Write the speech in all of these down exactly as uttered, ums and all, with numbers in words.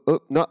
oh, no.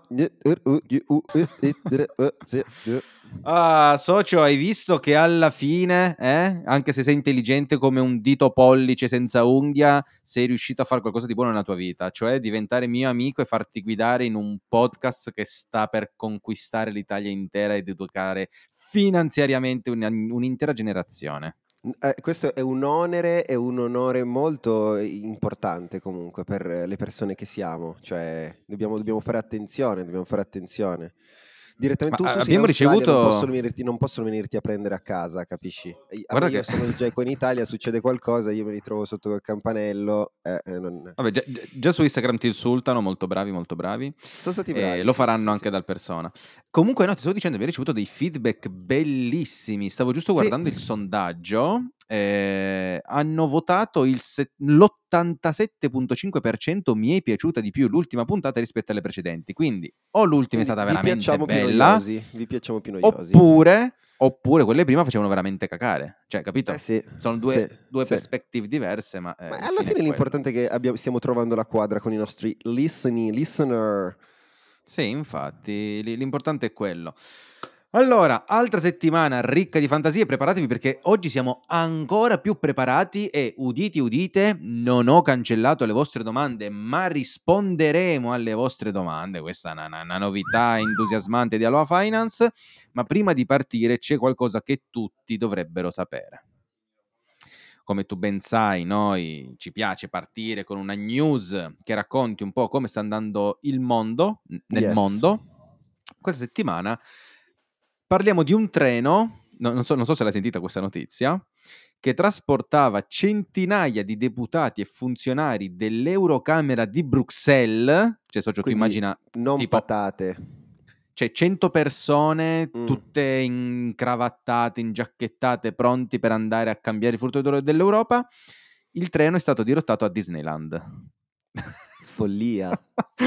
Ah, socio, hai visto che alla fine, eh, anche se sei intelligente come un dito pollice senza unghia, sei riuscito a fare qualcosa di buono nella tua vita, cioè diventare mio amico e farti guidare in un podcast che sta per conquistare l'Italia intera ed educare finanziariamente una- un'intera generazione. Eh, questo è un onere e un onore molto importante comunque per le persone che siamo, cioè dobbiamo, dobbiamo fare attenzione, dobbiamo fare attenzione. Direttamente tu, Ma tu a- sei in abbiamo Australia, non possono, ricevuto... venirti, non possono venirti a prendere a casa, capisci? E a me Guarda io che... sono già qua in Italia, succede qualcosa, io mi ritrovo sotto il campanello. eh, eh, non- Vabbè, già, già su Instagram ti insultano, molto bravi, molto bravi. Sono stati Eh, bravi, lo sì, faranno sì, anche sì. dal persona. Comunque, no, ti stavo dicendo, abbiamo ricevuto dei feedback bellissimi. Stavo giusto Sì. guardando il sondaggio. eh, hanno votato il se- l'ottantasette virgola cinque per cento mi è piaciuta di più l'ultima puntata rispetto alle precedenti. Quindi, o l'ultima è Quindi stata vi veramente piacciamo più bella, noiosi, vi piacciamo più noiosi. oppure, oppure quelle prima facevano veramente cacare. Cioè, Eh capito? sì, Sono sì, due, due sì. perspective diverse, ma Ma eh, il alla fine è fine quello. l'importante è che abbiamo- stiamo trovando la quadra con i nostri listening, listener. Sì, infatti, l- l'importante è quello. Allora, altra settimana ricca di fantasie, preparatevi perché oggi siamo ancora più preparati e uditi udite, non ho cancellato le vostre domande, ma risponderemo alle vostre domande. Questa è una, una- una novità entusiasmante di Aloha Finance, ma prima di partire c'è qualcosa che tutti dovrebbero sapere. Come tu ben sai, noi ci piace partire con una news che racconti un po' come sta andando il mondo, n- nel Yes. mondo. Questa settimana parliamo di un treno, no- non so, non so se l'hai sentita questa notizia, che trasportava centinaia di deputati e funzionari dell'Eurocamera di Bruxelles, cioè socio, tu Quindi immagina non tipo patate. cioè cento persone Mm. tutte incravattate, ingiacchettate, pronti per andare a cambiare il futuro dell'Europa. Il treno è stato dirottato a Disneyland. Follia.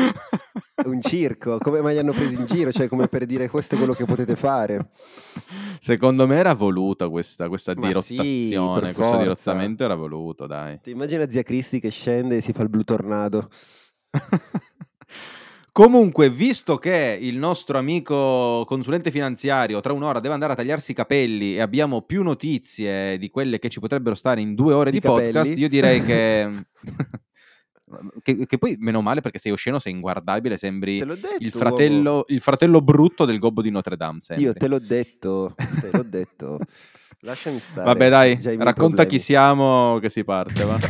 Un circo, come mai li hanno presi in giro? Cioè, come per dire questo è quello che potete fare. Secondo me era voluta questa, questa Ma sì, per dirottazione, questo forza. dirottamento era voluto, dai. Ti immagina zia Cristi che scende e si fa il blu tornado. Comunque, visto che il nostro amico consulente finanziario tra un'ora deve andare a tagliarsi i capelli e abbiamo più notizie di quelle che ci potrebbero stare in due ore Di di, podcast, capelli? io direi che... che... che poi, meno male, perché sei osceno, sei inguardabile, sembri Te l'ho il detto, uomo. fratello, il fratello brutto del gobbo di Notre Dame, Io sembri. te l'ho detto, te l'ho detto. Lasciami stare. Vabbè, dai, già i miei racconta problemi. chi siamo che si parte, va.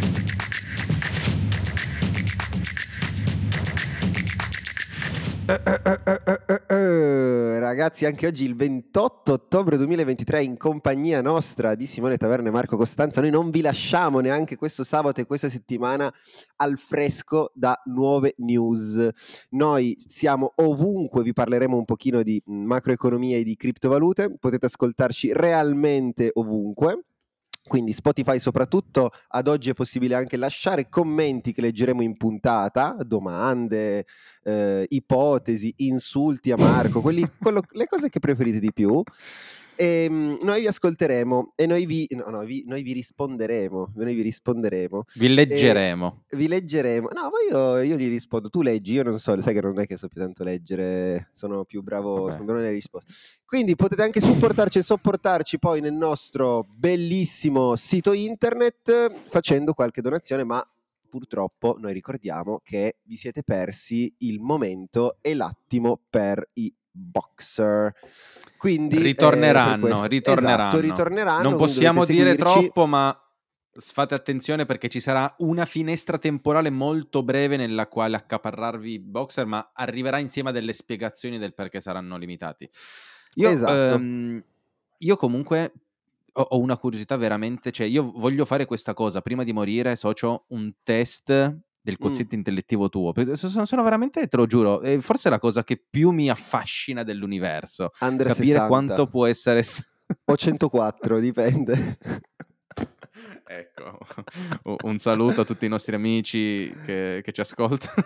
Eh, eh, eh, eh, eh, eh, Ragazzi, anche oggi il ventotto ottobre duemilaventitré in compagnia nostra di Simone Taverna e Marco Costanza, noi non vi lasciamo neanche questo sabato e questa settimana al fresco da nuove news. Noi siamo ovunque, vi parleremo un pochino di macroeconomia e di criptovalute, potete ascoltarci realmente ovunque. Quindi Spotify soprattutto, ad oggi è possibile anche lasciare commenti che leggeremo in puntata, domande, eh, ipotesi, insulti a Marco, quelli, quello, le cose che preferite di più. E, um, noi vi ascolteremo e noi vi, no, no, vi, noi vi risponderemo, noi vi risponderemo. Vi leggeremo. E vi leggeremo. No, ma io, io gli rispondo. Tu leggi, io non so, sai che non è che so più tanto leggere, sono più bravo, Vabbè. sono bravo nelle risposte. Quindi potete anche supportarci e sopportarci poi nel nostro bellissimo sito internet facendo qualche donazione, ma purtroppo noi ricordiamo che vi siete persi il momento e l'attimo per i boxer. Quindi ritorneranno, eh, per questo, ritorneranno. esatto, ritorneranno. Non quindi possiamo dovete dire seguirci. troppo, ma fate attenzione perché ci sarà una finestra temporale molto breve nella quale accaparrarvi i boxer, ma arriverà insieme a delle spiegazioni del perché saranno limitati. Io, Esatto. ehm, io comunque ho, ho una curiosità veramente, cioè io voglio fare questa cosa prima di morire, socio, un test del quoziente Mm. intellettivo tuo. Perché sono, sono veramente, te lo giuro, è forse la cosa che più mi affascina dell'universo. Under Capire sessanta. quanto può essere... O centoquattro, dipende. Ecco, un saluto a tutti i nostri amici che, che ci ascoltano.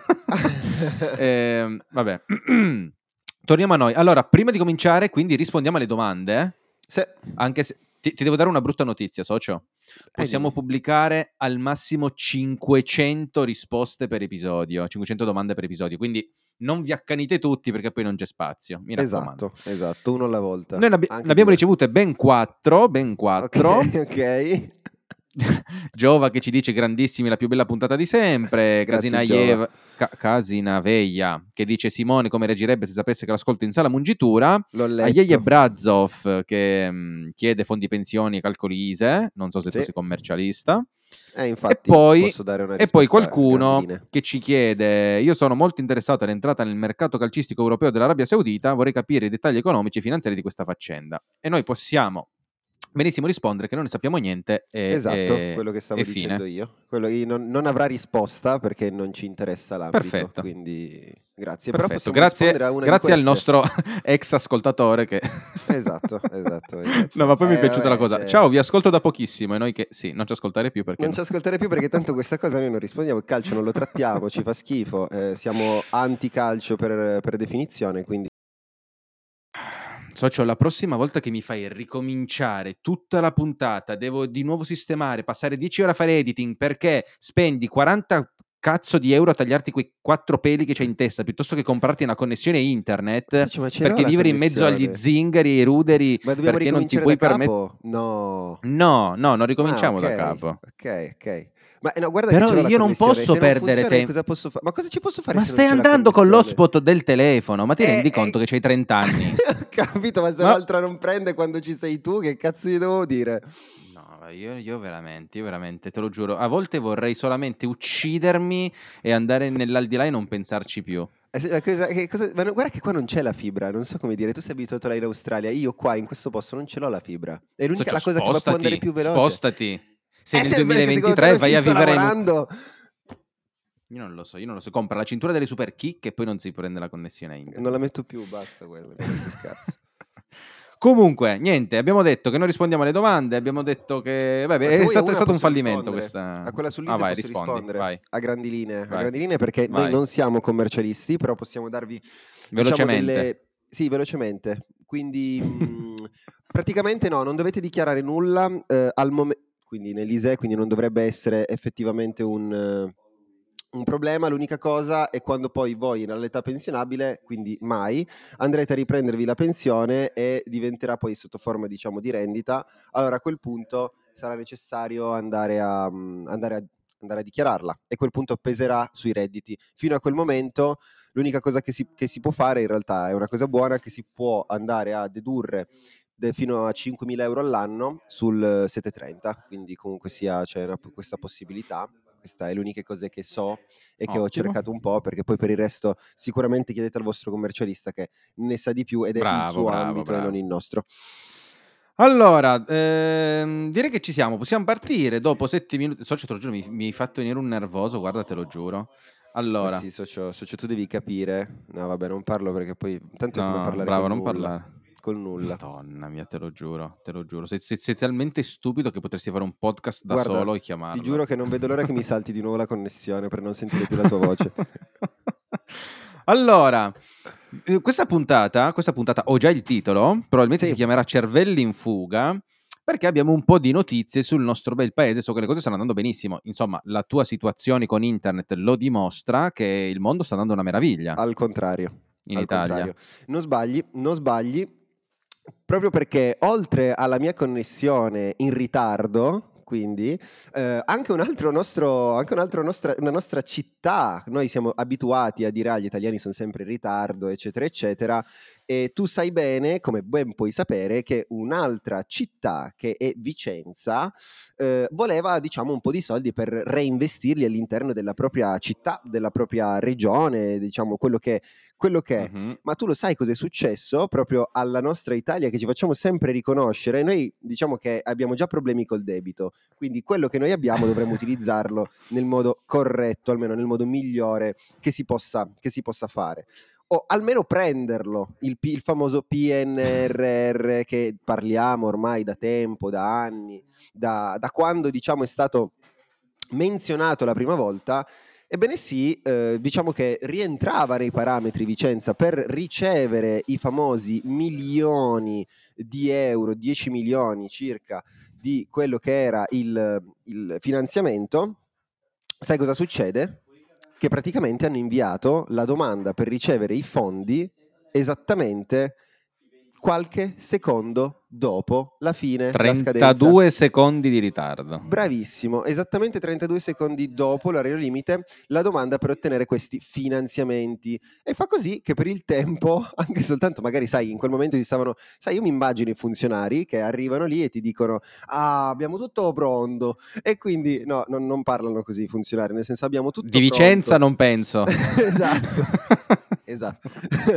eh, vabbè, torniamo a noi. Allora, prima di cominciare, quindi rispondiamo alle domande. Sì. Anche se ti, ti devo dare una brutta notizia, socio. Possiamo Eh, pubblicare al massimo cinquecento risposte per episodio, cinquecento domande per episodio. Quindi non vi accanite tutti perché poi non c'è spazio, mi raccomando. Esatto, esatto, uno alla volta. Noi ne, abbi- Anche ne abbiamo due. ricevute ben quattro, ben quattro. Ok, ok. Giova che ci dice grandissimi, la più bella puntata di sempre. Grazie, Giova. Casinaiev- Ca- Casinaveia che dice Simone come reagirebbe se sapesse che l'ascolto in sala mungitura. L'ho Aieie letto. Brazov che mh, chiede fondi pensioni e calcoli I S E E, non so se Sì. tu sei commercialista. Eh, infatti, e poi, posso dare una e poi risposta a grandi qualcuno linee. che ci chiede: io sono molto interessato all'entrata nel mercato calcistico europeo dell'Arabia Saudita, vorrei capire i dettagli economici e finanziari di questa faccenda. E noi possiamo benissimo rispondere che non ne sappiamo niente e, Esatto, e, quello che stavo e dicendo fine. io. Quello che non, non avrà risposta perché non ci interessa l'ambito. Perfetto. Quindi grazie. Perfetto, Però possiamo grazie, rispondere a una grazie di al queste. nostro ex ascoltatore che... Esatto, esatto, esatto. No, ma poi mi è Eh, piaciuta la vabbè, cosa. cioè, Ciao, vi ascolto da pochissimo e noi che sì, non ci ascoltare più perché non no. ci ascolterei più perché tanto questa cosa noi non rispondiamo. Il calcio non lo trattiamo, ci fa schifo. eh, siamo anti-calcio per, per definizione, quindi Socio, la prossima volta che mi fai ricominciare tutta la puntata, devo di nuovo sistemare, passare dieci ore a fare editing perché spendi quaranta cazzo di euro a tagliarti quei quattro peli che c'hai in testa piuttosto che comprarti una connessione internet Socio, ma ce l'ho perché la vivere in mezzo agli connessione. zingari e ai ruderi Ma dobbiamo perché non ti ricominciare puoi da permettere... capo? No. No, no, non Ah, ricominciamo da ok, capo. ok, ok. Ma eh, no, guarda che Però ce l'ho la io non connessione. posso Se non perdere funziona, io tempo. cosa posso fare? Ma cosa ci posso fare Ma se non stai c'è la andando con connessione? l'hotspot del telefono, ma ti Eh, rendi eh, conto che c'hai trenta anni? Ho capito, ma se Ma- l'altra non prende quando ci sei tu, che cazzo gli devo dire? No, io, io veramente, io veramente, te lo giuro, a volte vorrei solamente uccidermi e andare nell'aldilà e non pensarci più. Eh, se- ma cosa- che cosa- ma no, guarda che qua non c'è la fibra, non so come dire. Tu sei abituato là in Australia, io qua in questo posto non ce l'ho la fibra. È l'unica Socio, la cosa che va- può andare spostati, più veloce. spostati. Se Eh, nel cioè, perché secondo te duemilaventitré non ci vai a sto vivere in un... lavorando? Io non lo so, io non lo so. Compra la cintura delle super kick e poi non si prende la connessione a internet. Non la metto più, basta quella, mi ha rotto il cazzo. Comunque, niente, abbiamo detto che non rispondiamo alle domande, abbiamo detto che vabbè, Ma se è vuoi a stato, è una stato un posso fallimento rispondere. questa... A quella Ah, sull'I S E vai, posso rispondi, rispondere vai, a grandi linee, a vai, grandi linee perché noi vai. non siamo commercialisti, però possiamo darvi diciamo Velocemente. delle sì, velocemente. Quindi mh, praticamente no, non dovete dichiarare nulla eh, al momento, quindi nell'I S E E, quindi non dovrebbe essere effettivamente un eh, un problema. L'unica cosa è quando poi voi all'età pensionabile, quindi mai, andrete a riprendervi la pensione e diventerà poi sotto forma diciamo di rendita. Allora a quel punto sarà necessario andare a, mm, andare a, andare a dichiararla e a quel punto peserà sui redditi. Fino a quel momento l'unica cosa che si, che si può fare in realtà è una cosa buona, che si può andare a dedurre de- fino a cinquemila euro all'anno sul settecentotrenta, quindi comunque sia c'è una- questa possibilità. Questa è l'unica cosa che so e che ho Ottimo. cercato un po', perché poi per il resto sicuramente chiedete al vostro commercialista che ne sa di più ed è il Bravo, suo bravo, ambito e bravo. non il nostro. Allora, ehm, direi che ci siamo, possiamo partire dopo sette minuti. Socio, te lo giuro, mi, mi hai fatto venire un nervoso, guarda, te lo giuro. Ma Allora, sì, socio, socio, tu devi capire. No, vabbè, non parlo perché poi tanto è come no, parlare bravo, col non nulla. parlare. Col nulla. Madonna mia, te lo giuro, te lo giuro. Sei, sei- sei talmente stupido che potresti fare un podcast da Guarda, solo e ti chiamarlo. giuro che non vedo l'ora che mi salti di nuovo la connessione per non sentire più la tua voce. Allora, eh, questa puntata, questa puntata ho già il titolo, probabilmente Sì. si chiamerà Cervelli in fuga, perché abbiamo un po' di notizie sul nostro bel paese, so che le cose stanno andando benissimo. Insomma, la tua situazione con internet lo dimostra che il mondo sta andando una meraviglia Al contrario. in al Italia. contrario. Non sbagli, non sbagli, proprio perché oltre alla mia connessione in ritardo, quindi eh, anche un altro nostro, anche un altro nostra, una nostra città, noi siamo abituati a dire ah, gli italiani sono sempre in ritardo, eccetera, eccetera, e tu sai bene, come ben puoi sapere, che un'altra città che è Vicenza eh, voleva, diciamo, un po' di soldi per reinvestirli all'interno della propria città, della propria regione, diciamo, quello che, quello che è. Mhm. Ma tu lo sai cosa è successo proprio alla nostra Italia, che ci facciamo sempre riconoscere? Noi diciamo che abbiamo già problemi col debito, quindi quello che noi abbiamo dovremmo utilizzarlo nel modo corretto, almeno nel modo migliore che si possa, che si possa fare. O almeno prenderlo, il, P- il famoso P N R R che parliamo ormai da tempo, da anni, da, da quando diciamo è stato menzionato la prima volta. Ebbene sì, eh, diciamo che rientrava nei parametri Vicenza per ricevere i famosi milioni di euro, dieci milioni circa di quello che era il, il finanziamento. Sai cosa succede? che praticamente hanno inviato la domanda per ricevere i fondi esattamente qualche secondo dopo la fine, la scadenza. trentadue secondi di ritardo. Bravissimo, esattamente trentadue secondi dopo l'orario limite, la domanda per ottenere questi finanziamenti. E fa così che per il tempo, anche soltanto magari, sai, in quel momento si stavano, sai, io mi immagino i funzionari che arrivano lì e ti dicono: ah, abbiamo tutto pronto. E quindi, no, non, non parlano così i funzionari, nel senso abbiamo tutto Di Vicenza pronto. non penso. Esatto. Esatto.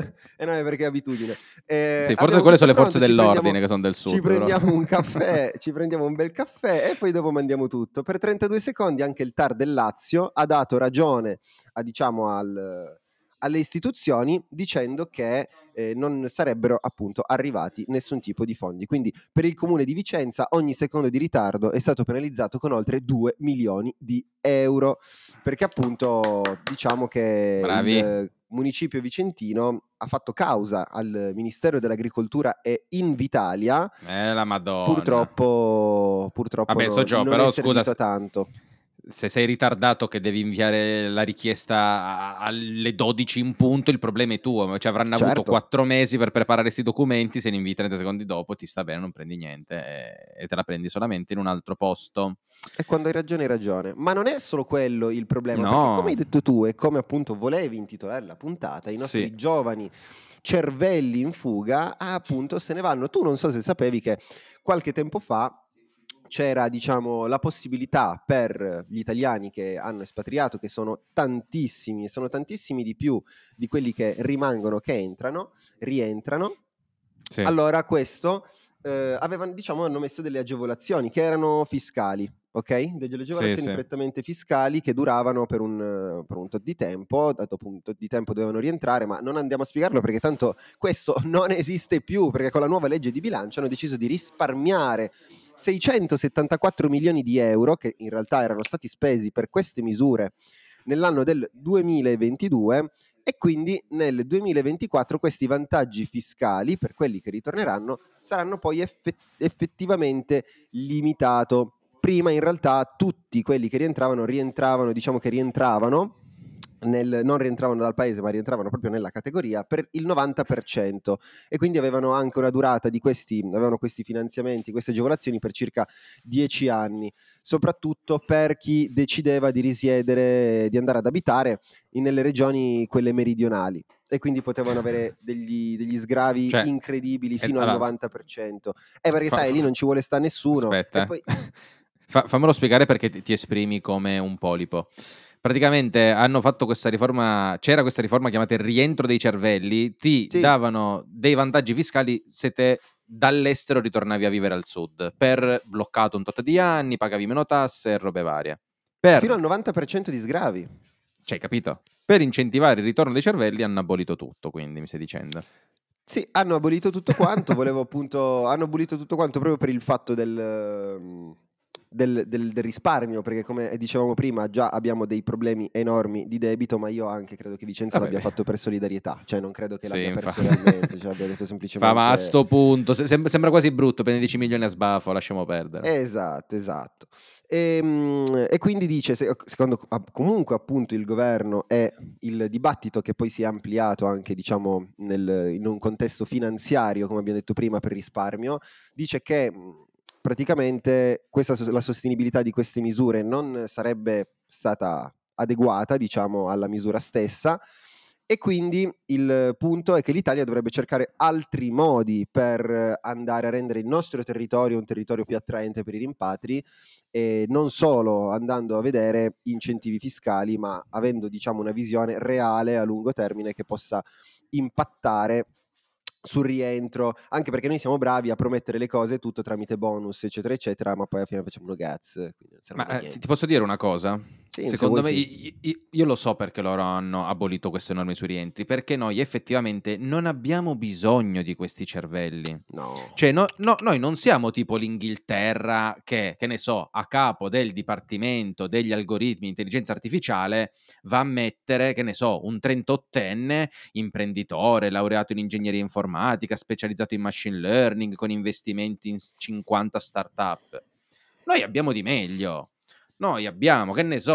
E no, è perché è abitudine. Eh, sì, forse abbiamo quelle sono tutto le forze pronto, ci dell'ordine prendiamo- che sono del sud. Ci però. prendiamo un caffè, ci prendiamo un bel caffè e poi dopo mandiamo tutto. Per trentadue secondi anche il T A R del Lazio ha dato ragione a, diciamo, al, alle istituzioni dicendo che eh, non sarebbero appunto arrivati nessun tipo di fondi. Quindi per il comune di Vicenza ogni secondo di ritardo è stato penalizzato con oltre due milioni di euro, perché appunto diciamo che Bravi. il municipio vicentino ha fatto causa al Ministero dell'Agricoltura e Invitalia. Eh, la Madonna. Purtroppo, purtroppo Vabbè, no, so Gio, non però è servito scusa, a tanto. se sei ritardato che devi inviare la richiesta alle dodici in punto, il problema è tuo, cioè avranno Certo. avuto quattro mesi per preparare questi documenti, se ne invi trenta secondi dopo ti sta bene, non prendi niente e, e te la prendi solamente in un altro posto. E quando hai ragione hai ragione, ma non è solo quello il problema, No. perché come hai detto tu e come appunto volevi intitolare la puntata, i nostri Sì. giovani cervelli in fuga appunto se ne vanno. Tu non so se sapevi che qualche tempo fa c'era, diciamo, la possibilità per gli italiani che hanno espatriato, che sono tantissimi, sono tantissimi di più di quelli che rimangono, che entrano, rientrano. Sì. Allora questo eh, avevano, diciamo, hanno messo delle agevolazioni che erano fiscali, ok? Delle agevolazioni Sì, sì. prettamente fiscali che duravano per un, per un tot di tempo, dopo un tot di tempo dovevano rientrare, ma non andiamo a spiegarlo perché tanto questo non esiste più, perché con la nuova legge di bilancio hanno deciso di risparmiare seicentosettantaquattro milioni di euro che in realtà erano stati spesi per queste misure nell'anno del duemilaventidue, e quindi nel duemilaventiquattro questi vantaggi fiscali per quelli che ritorneranno saranno poi effett- effettivamente limitato. Prima in realtà tutti quelli che rientravano rientravano, diciamo che rientravano nel, non rientravano dal paese ma rientravano proprio nella categoria per il novanta per cento, e quindi avevano anche una durata di questi, avevano questi finanziamenti, queste agevolazioni per circa dieci anni, soprattutto per chi decideva di risiedere, di andare ad abitare in, nelle regioni quelle meridionali, e quindi potevano avere degli, degli sgravi Cioè, incredibili fino es- al allora, novanta per cento. Eh, perché fa- sai, fa- lì non ci vuole sta nessuno. Aspetta, E poi... Fa- fammelo spiegare perché ti, ti esprimi come un polipo. Praticamente hanno fatto questa riforma, c'era questa riforma chiamata il rientro dei cervelli, ti Sì. davano dei vantaggi fiscali se te dall'estero ritornavi a vivere al sud, per bloccato un tot di anni, pagavi meno tasse e robe varie. Per, Fino al novanta per cento di sgravi. cioè, capito? Per incentivare il ritorno dei cervelli hanno abolito tutto, quindi mi stai dicendo. Sì, hanno abolito tutto quanto, volevo appunto, hanno abolito tutto quanto proprio per il fatto del, ehm, del, del- del risparmio, perché come dicevamo prima già abbiamo dei problemi enormi di debito, ma io anche credo che Vicenza Vabbè, l'abbia beh. fatto per solidarietà, cioè non credo che Sì, l'abbia infa- perso realmente, cioè abbia detto Fa, semplicemente... ma a sto punto, se- sem- sembra quasi brutto, prendi dieci milioni a sbafo, lasciamo perdere. Esatto, esatto. E, mm, e quindi dice, se- secondo ah, comunque appunto il governo e il dibattito che poi si è ampliato anche diciamo nel- in un contesto finanziario, come abbiamo detto prima, per risparmio, dice che mm, praticamente questa, sos- la sostenibilità di queste misure non sarebbe stata adeguata, diciamo, alla misura stessa. E quindi il punto è che l'Italia dovrebbe cercare altri modi per andare a rendere il nostro territorio un territorio più attraente per i rimpatri, e non solo andando a vedere incentivi fiscali, ma avendo, diciamo, una visione reale a lungo termine che possa impattare sul rientro, anche perché noi siamo bravi a promettere le cose tutto tramite bonus eccetera eccetera, ma poi alla fine facciamo uno gaz, quindi non servono Ma a eh, ti, niente. ti posso dire una cosa? Sì, se Secondo vuoi me, sì. i- i- io lo so perché loro hanno abolito queste norme sui rientri, perché noi effettivamente non abbiamo bisogno di questi cervelli. No. Cioè, no- no- noi non siamo tipo l'Inghilterra che, che ne so, a capo del Dipartimento degli algoritmi di intelligenza artificiale va a mettere, che ne so, un trentottenne imprenditore, laureato in ingegneria informatica, specializzato in machine learning, con investimenti in cinquanta startup. Noi abbiamo di meglio. Noi abbiamo, che ne so,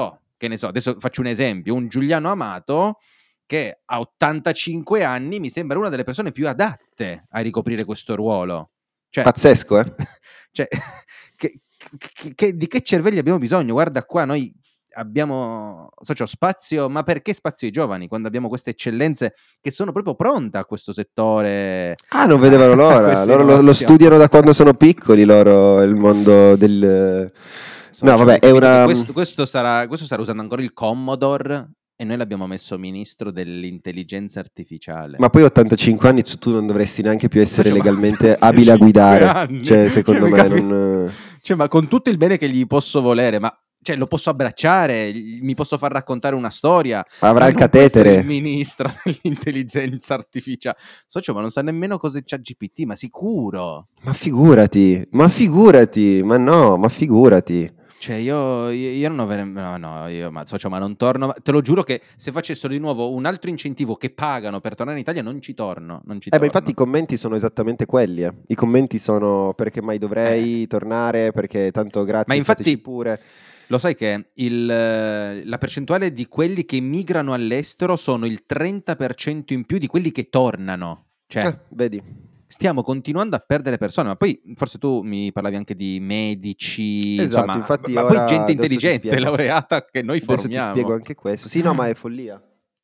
che ne so, adesso faccio un esempio, un Giuliano Amato che a ottantacinque anni mi sembra una delle persone più adatte a ricoprire questo ruolo. Cioè, pazzesco, eh? Cioè, che, che, che, di che cervelli abbiamo bisogno? Guarda qua, noi abbiamo socio, spazio, ma perché spazio ai giovani quando abbiamo queste eccellenze che sono proprio pronte a questo settore? Ah, non vedevano l'ora, loro lo, lo studiano da quando sono piccoli, loro, il mondo del... Socio, no, vabbè, è una... questo, questo, sarà, questo starà usando ancora il Commodore e noi l'abbiamo messo ministro dell'intelligenza artificiale. Ma poi ottantacinque anni tu non dovresti neanche più essere cioè, legalmente abile a guidare, anni. Cioè secondo cioè, me non... Cioè, ma con tutto il bene che gli posso volere, ma cioè, lo posso abbracciare, mi posso far raccontare una storia. Avrà il catetere. Il ministro dell'intelligenza artificiale. Socio, ma non sa nemmeno cosa è ChatGPT, ma sicuro. Ma figurati, ma figurati, ma no, ma figurati. Cioè io, io, io non avrei, no, no, io, ma, socio, ma non torno, te lo giuro che se facessero di nuovo un altro incentivo che pagano per tornare in Italia non ci torno, non ci eh torno. ma infatti i commenti sono esattamente quelli, eh. I commenti sono perché mai dovrei eh. tornare, perché tanto grazie, ma infatti pure. Lo sai che il, la percentuale di quelli che migrano all'estero sono il trenta per cento in più di quelli che tornano, cioè eh, vedi. Stiamo continuando a perdere persone, ma poi forse tu mi parlavi anche di medici, esatto, insomma, infatti ma ora, poi gente intelligente, laureata che noi adesso formiamo. Ti spiego anche questo. Sì, no, ma è follia.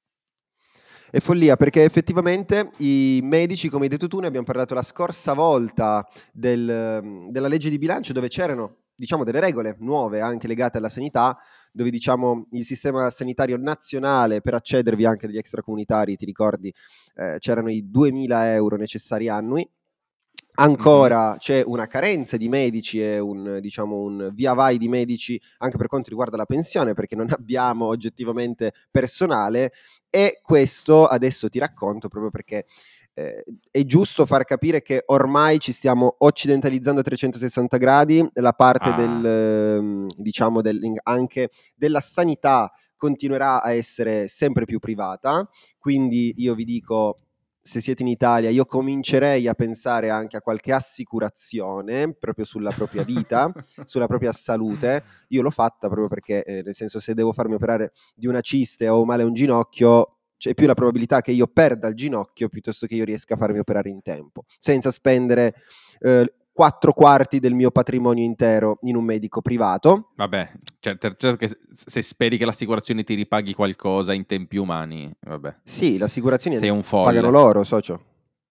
È follia perché effettivamente i medici, come hai detto tu, ne abbiamo parlato la scorsa volta del, della legge di bilancio dove c'erano, diciamo, delle regole nuove anche legate alla sanità, dove diciamo il sistema sanitario nazionale per accedervi anche degli extracomunitari, ti ricordi, eh, c'erano i duemila euro necessari annui. Ancora mm-hmm. c'è una carenza di medici e un, diciamo, un via vai di medici anche per quanto riguarda la pensione, perché non abbiamo oggettivamente personale, e questo adesso ti racconto proprio perché eh, è giusto far capire che ormai ci stiamo occidentalizzando a trecentosessanta gradi, la parte ah. del, diciamo, del, anche della sanità continuerà a essere sempre più privata, quindi io vi dico, se siete in Italia, io comincerei a pensare anche a qualche assicurazione proprio sulla propria vita, sulla propria salute. Io l'ho fatta proprio perché, eh, nel senso, se devo farmi operare di una ciste o ho male a un ginocchio, c'è più la probabilità che io perda il ginocchio piuttosto che io riesca a farmi operare in tempo, senza spendere eh, quattro quarti del mio patrimonio intero in un medico privato. Vabbè, certo, certo che se speri che l'assicurazione ti ripaghi qualcosa in tempi umani, vabbè. Sì, l'assicurazione sei un folle. Pagano loro, socio.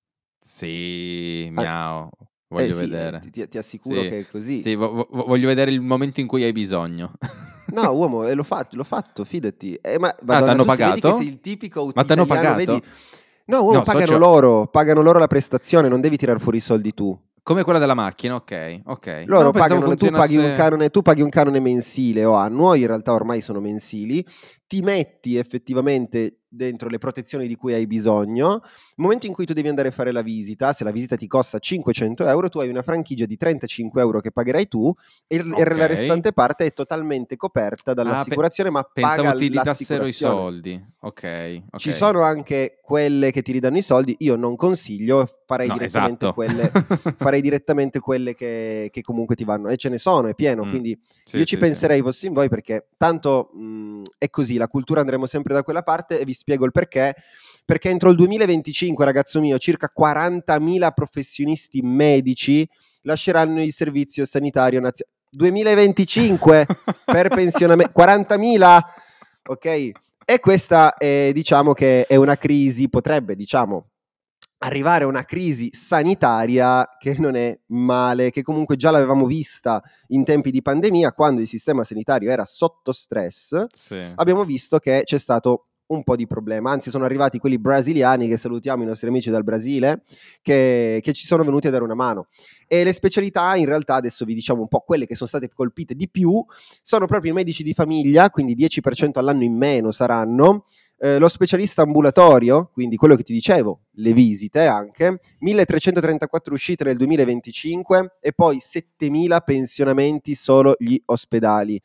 Sì, miau, voglio eh sì, vedere. Ti, ti assicuro sì. che è così. Sì, vo- vo- voglio vedere il momento in cui hai bisogno. No, uomo, eh, l'ho fatto, l'ho fatto, fidati. Eh, ma, ah, Madonna, t'hanno tu pagato? Vedi che sei il tipico ma t'hanno italiano, pagato? Vedi? No, uomo, no, pagano socio... loro, pagano loro la prestazione, non devi tirare fuori i soldi tu. Come quella della macchina, ok, ok. Loro no, pagano, funzionasse... tu, paghi un canone, tu paghi un canone mensile o annuo, in realtà ormai sono mensili, ti metti effettivamente dentro le protezioni di cui hai bisogno. Nel momento in cui tu devi andare a fare la visita, se la visita ti costa cinquecento euro, tu hai una franchigia di trentacinque euro che pagherai tu e okay. la restante parte è totalmente coperta dall'assicurazione, ah, pe- ma pensavo paga ti l'assicurazione. ridassero i soldi. Okay, ok. Ci sono anche quelle che ti ridano i soldi, io non consiglio, farei no, direttamente esatto. quelle farei direttamente quelle che, che comunque ti vanno, e ce ne sono, è pieno, mm, quindi sì, io ci sì, penserei sì. fossi in voi, perché tanto mh, è così, la cultura andremo sempre da quella parte, e vi spiego il perché. Perché entro il duemilaventicinque, ragazzo mio, circa quarantamila professionisti medici lasceranno il servizio sanitario nazionale. duemilaventicinque per pensionamento, quarantamila, ok? E questa è, diciamo che è una crisi, potrebbe, diciamo, arrivare a una crisi sanitaria che non è male, che comunque già l'avevamo vista in tempi di pandemia, quando il sistema sanitario era sotto stress. Sì. Abbiamo visto che c'è stato un po' di problema, anzi sono arrivati quelli brasiliani, che salutiamo, i nostri amici dal Brasile, che, che ci sono venuti a dare una mano. E le specialità, in realtà, adesso vi diciamo un po' quelle che sono state colpite di più, sono proprio i medici di famiglia, quindi dieci per cento all'anno in meno saranno, eh, lo specialista ambulatorio, quindi quello che ti dicevo, le visite anche, milletrecentotrentaquattro uscite nel duemilaventicinque e poi settemila pensionamenti solo gli ospedali.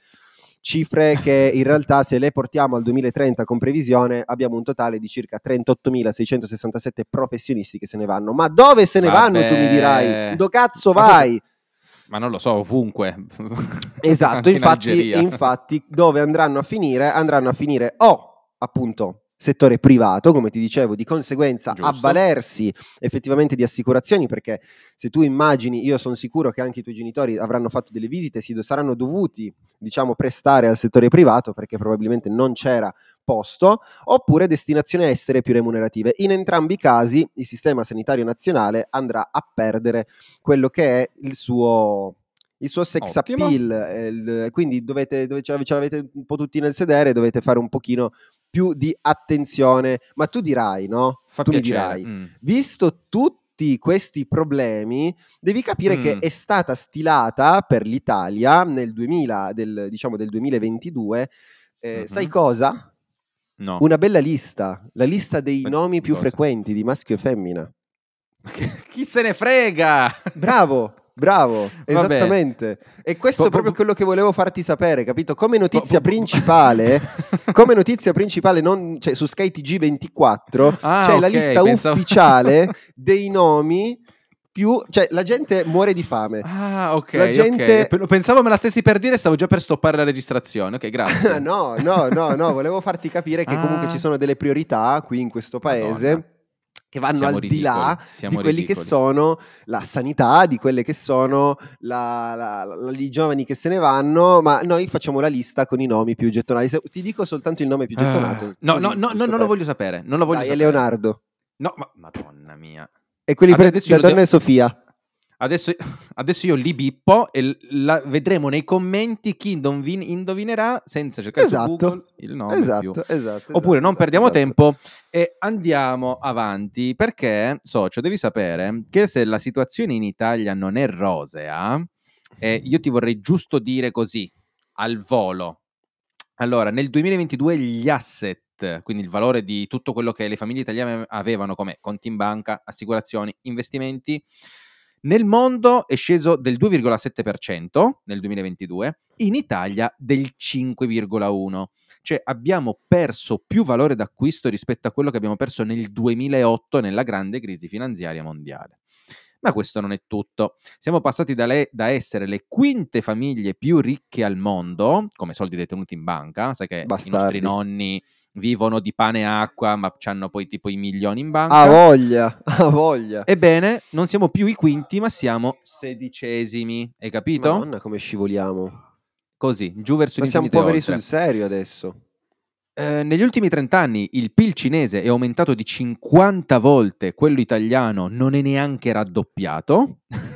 Cifre che in realtà, se le portiamo al duemilatrenta con previsione, abbiamo un totale di circa trentottomilaseicentosessantasette professionisti che se ne vanno. Ma dove se ne Vabbè. vanno, tu mi dirai? Dove cazzo vai? Ma non lo so, ovunque. Esatto, Anche in infatti, Algeria. infatti dove andranno a finire? Andranno a finire o appunto settore privato, come ti dicevo, di conseguenza Giusto. avvalersi effettivamente di assicurazioni, perché se tu immagini, io sono sicuro che anche i tuoi genitori avranno fatto delle visite, si do- saranno dovuti, diciamo, prestare al settore privato perché probabilmente non c'era posto, oppure destinazioni estere più remunerative. In entrambi i casi il sistema sanitario nazionale andrà a perdere quello che è il suo il suo sex Ottimo. appeal, eh, il- quindi dovete, dove ce l'ave- ce l'avete un po' tutti nel sedere, dovete fare un pochino più di attenzione. Ma tu dirai, no? Fa Tu mi piacere. dirai, Mm. visto tutti questi problemi, devi capire che Mm. è stata stilata per l'Italia nel duemila, del, diciamo del duemilaventidue, eh, Mhm. sai cosa? No. Una bella lista, la lista dei Ma nomi di più cosa? frequenti di maschio e femmina. Chi se ne frega? Bravo, bravo, Vabbè. esattamente. E questo Po- è proprio po- quello che volevo farti sapere, capito? Come notizia po- po- principale, come notizia principale non, cioè, su Sky T G ventiquattro Ah, c'è la ok, lista pensavo- ufficiale dei nomi più... Cioè, la gente muore di fame. Ah, ok, La gente... ok. Pe- Pensavo me la stessi per dire, stavo già per stoppare la registrazione. Ok, grazie. No, no, no, no, volevo farti capire che comunque ci Ah. sono delle priorità qui in questo paese Madonna. che vanno Siamo al di là ridicoli, siamo di quelli ridicoli. che sono la sanità, di quelle che sono la, la, la, i giovani che se ne vanno, ma noi facciamo la lista con i nomi più gettonati. Se, ti dico soltanto il nome più gettonato. Ah, no, così, no, no, giusto no, non per- lo voglio sapere. Non lo voglio Dai, è sapere. Leonardo. No, ma madonna mia. E quelli Ade- per adesso io da lo donna devo- è Sofia. Adesso, adesso io li bippo e l- la- vedremo nei commenti chi indovin- indovinerà senza cercare su Esatto, Google il nome esatto, più. esatto, Oppure esatto, non esatto, perdiamo esatto. tempo e andiamo avanti, perché, socio, devi sapere che se la situazione in Italia non è rosea, eh, io ti vorrei giusto dire così, al volo. Allora, nel duemilaventidue gli asset, quindi il valore di tutto quello che le famiglie italiane avevano come conti in banca, assicurazioni, investimenti, nel mondo è sceso del due virgola sette per cento nel duemilaventidue, in Italia del cinque virgola uno per cento. Cioè abbiamo perso più valore d'acquisto rispetto a quello che abbiamo perso nel duemilaotto nella grande crisi finanziaria mondiale. Ma questo non è tutto. Siamo passati da, le, da essere le quinte famiglie più ricche al mondo, come soldi detenuti in banca, sai che Bastardi. i nostri nonni vivono di pane e acqua, ma hanno poi tipo i milioni in Ha banca. voglia, ha voglia. Ebbene, non siamo più i quinti, ma siamo sedicesimi, hai capito? Madonna, come scivoliamo. Così, giù verso Ma siamo l'infinito e poveri oltre. sul serio adesso. Eh, negli ultimi trent'anni il P I L cinese è aumentato di cinquanta volte, quello italiano non è neanche raddoppiato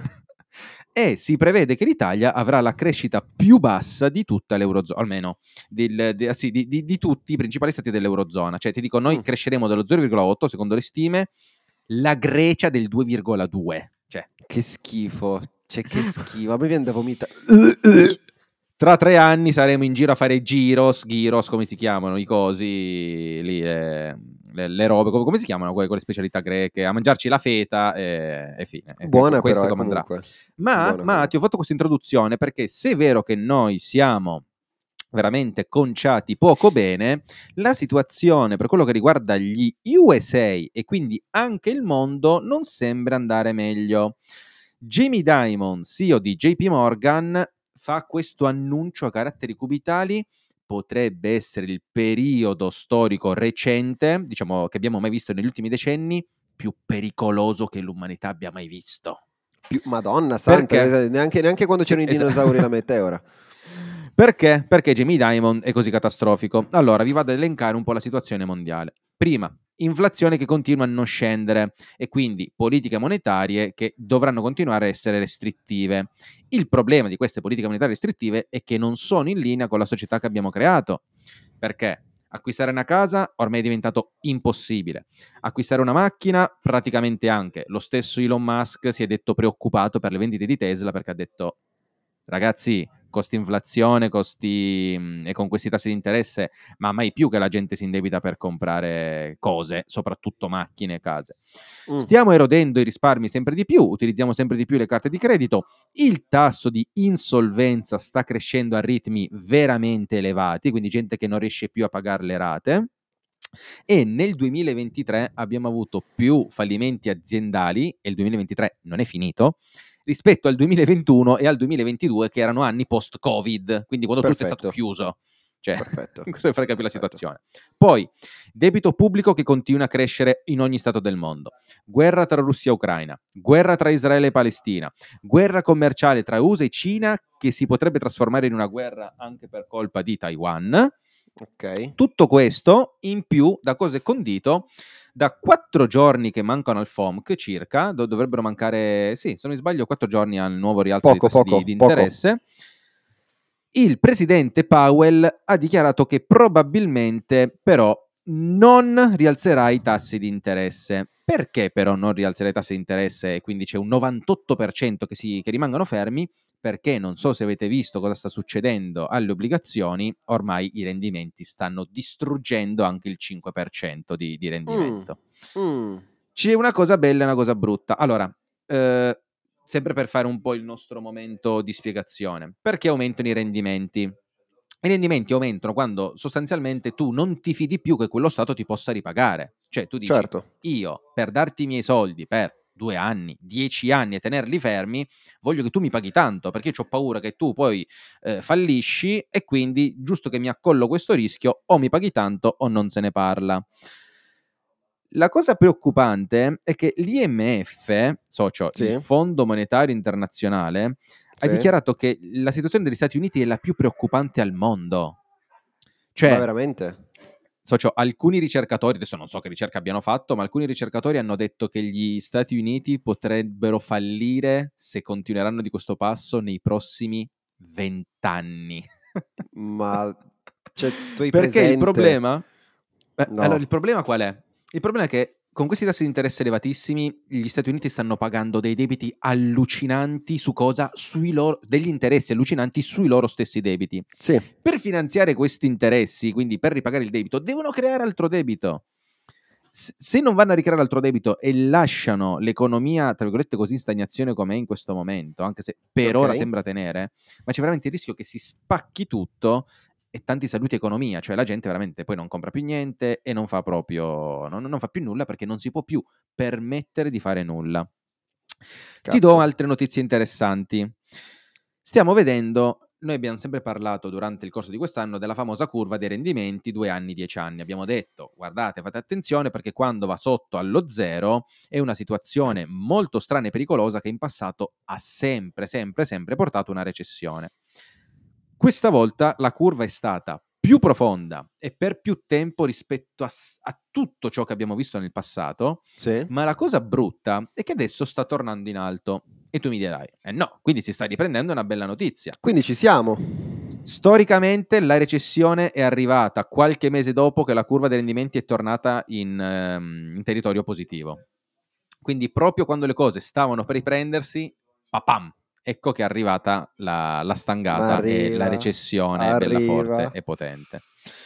e si prevede che l'Italia avrà la crescita più bassa di tutta l'Eurozona, almeno del, de, sì, di, di, di tutti i principali stati dell'Eurozona. Cioè ti dico, noi Mm. cresceremo dello zero virgola otto secondo le stime, la Grecia del due virgola due. Cioè, Che schifo, cioè che schifo, a me viene da vomitare. tra tre anni saremo in giro a fare gyros, gyros, come si chiamano i cosi lì, eh, le, le robe, come, come si chiamano quelle, quelle specialità greche, a mangiarci la feta e, e fine. E Buona questo però, eh, come andrà. comunque. Ma, Buona, ma buona. ti ho fatto questa introduzione perché se è vero che noi siamo veramente conciati poco bene, la situazione per quello che riguarda gli U S A e quindi anche il mondo non sembra andare meglio. Jamie Dimon, C E O di J P Morgan, fa questo annuncio a caratteri cubitali: potrebbe essere il periodo storico recente, diciamo che abbiamo mai visto negli ultimi decenni, più pericoloso che l'umanità abbia mai visto. Più, Madonna santa, Perché? neanche, neanche quando Sì, c'erano i esa- dinosauri la meteora. Perché? Perché Jamie Dimon è così catastrofico. Allora, vi vado ad elencare un po' la situazione mondiale. Prima, inflazione che continua a non scendere e quindi politiche monetarie che dovranno continuare a essere restrittive. Il problema di queste politiche monetarie restrittive è che non sono in linea con la società che abbiamo creato. Perché? Acquistare una casa ormai è diventato impossibile. Acquistare una macchina praticamente anche. Lo stesso Elon Musk si è detto preoccupato per le vendite di Tesla perché ha detto: ragazzi, costi inflazione, costi mh, e con questi tassi di interesse, ma mai più che la gente si indebita per comprare cose, soprattutto macchine e case. Mm. Stiamo erodendo i risparmi sempre di più, utilizziamo sempre di più le carte di credito, il tasso di insolvenza sta crescendo a ritmi veramente elevati, quindi gente che non riesce più a pagare le rate. E nel duemilaventitré abbiamo avuto più fallimenti aziendali, e il duemilaventitré non è finito, rispetto al duemilaventuno e al duemilaventidue, che erano anni post-Covid, quindi quando Perfetto. tutto è stato chiuso. Cioè, Perfetto. questo per far capire la Perfetto. situazione. Poi, debito pubblico che continua a crescere in ogni stato del mondo, guerra tra Russia e Ucraina, guerra tra Israele e Palestina, guerra commerciale tra U S A e Cina che si potrebbe trasformare in una guerra anche per colpa di Taiwan. Ok. Tutto questo in più da cosa è condito da quattro giorni che mancano al F O M C circa, do- dovrebbero mancare, sì, se non mi sbaglio, quattro giorni al nuovo rialzo Poco, di tassi poco, di, di poco. interesse. Il presidente Powell ha dichiarato che probabilmente però non rialzerà i tassi di interesse. Perché però non rialzerà i tassi di interesse e quindi c'è un novantotto per cento che, si, che rimangono fermi? Perché non so se avete visto cosa sta succedendo alle obbligazioni, ormai i rendimenti stanno distruggendo anche il cinque per cento di, di rendimento. Mm. Mm. C'è una cosa bella e una cosa brutta. Allora, eh, sempre per fare un po' il nostro momento di spiegazione. Perché aumentano i rendimenti? I rendimenti aumentano quando sostanzialmente tu non ti fidi più che quello Stato ti possa ripagare. Cioè tu dici, Certo. io per darti i miei soldi per due anni, dieci anni e tenerli fermi, voglio che tu mi paghi tanto, perché io ho paura che tu poi eh, fallisci e quindi giusto che mi accollo questo rischio, o mi paghi tanto o non se ne parla. La cosa preoccupante è che l'I M F, socio, Sì. il Fondo Monetario Internazionale, Sì. ha dichiarato che la situazione degli Stati Uniti è la più preoccupante al mondo. Ma Cioè, veramente? socio, alcuni ricercatori, adesso non so che ricerca abbiano fatto, ma alcuni ricercatori hanno detto che gli Stati Uniti potrebbero fallire se continueranno di questo passo nei prossimi vent'anni. Ma cioè, tu hai Perché il presente? problema? Eh, No. allora, il problema qual è? Il problema è che con questi tassi di interesse elevatissimi gli Stati Uniti stanno pagando dei debiti allucinanti su cosa? Sui loro, degli interessi allucinanti sui loro stessi debiti. Sì. Per finanziare questi interessi, quindi per ripagare il debito, devono creare altro debito. S- se non vanno a ricreare altro debito e lasciano l'economia, tra virgolette, così in stagnazione come è in questo momento, anche se per Ok. ora sembra tenere, ma c'è veramente il rischio che si spacchi tutto e tanti saluti economia, cioè la gente veramente poi non compra più niente e non fa proprio, non, non fa più nulla perché non si può più permettere di fare nulla. Ti do Cazzo. altre notizie interessanti. Stiamo vedendo, noi abbiamo sempre parlato durante il corso di quest'anno della famosa curva dei rendimenti due anni, dieci anni. Abbiamo detto, guardate, fate attenzione perché quando va sotto allo zero è una situazione molto strana e pericolosa che in passato ha sempre, sempre, sempre portato a una recessione. Questa volta la curva è stata più profonda e per più tempo rispetto a, a tutto ciò che abbiamo visto nel passato, Sì. ma la cosa brutta è che adesso sta tornando in alto. E tu mi dirai, eh no, quindi si sta riprendendo una bella notizia. Quindi ci siamo. Storicamente la recessione è arrivata qualche mese dopo che la curva dei rendimenti è tornata in, um, in territorio positivo. Quindi proprio quando le cose stavano per riprendersi, papam, ecco che è arrivata la, la stangata e la Arriva. recessione bella forte Arriva. e potente.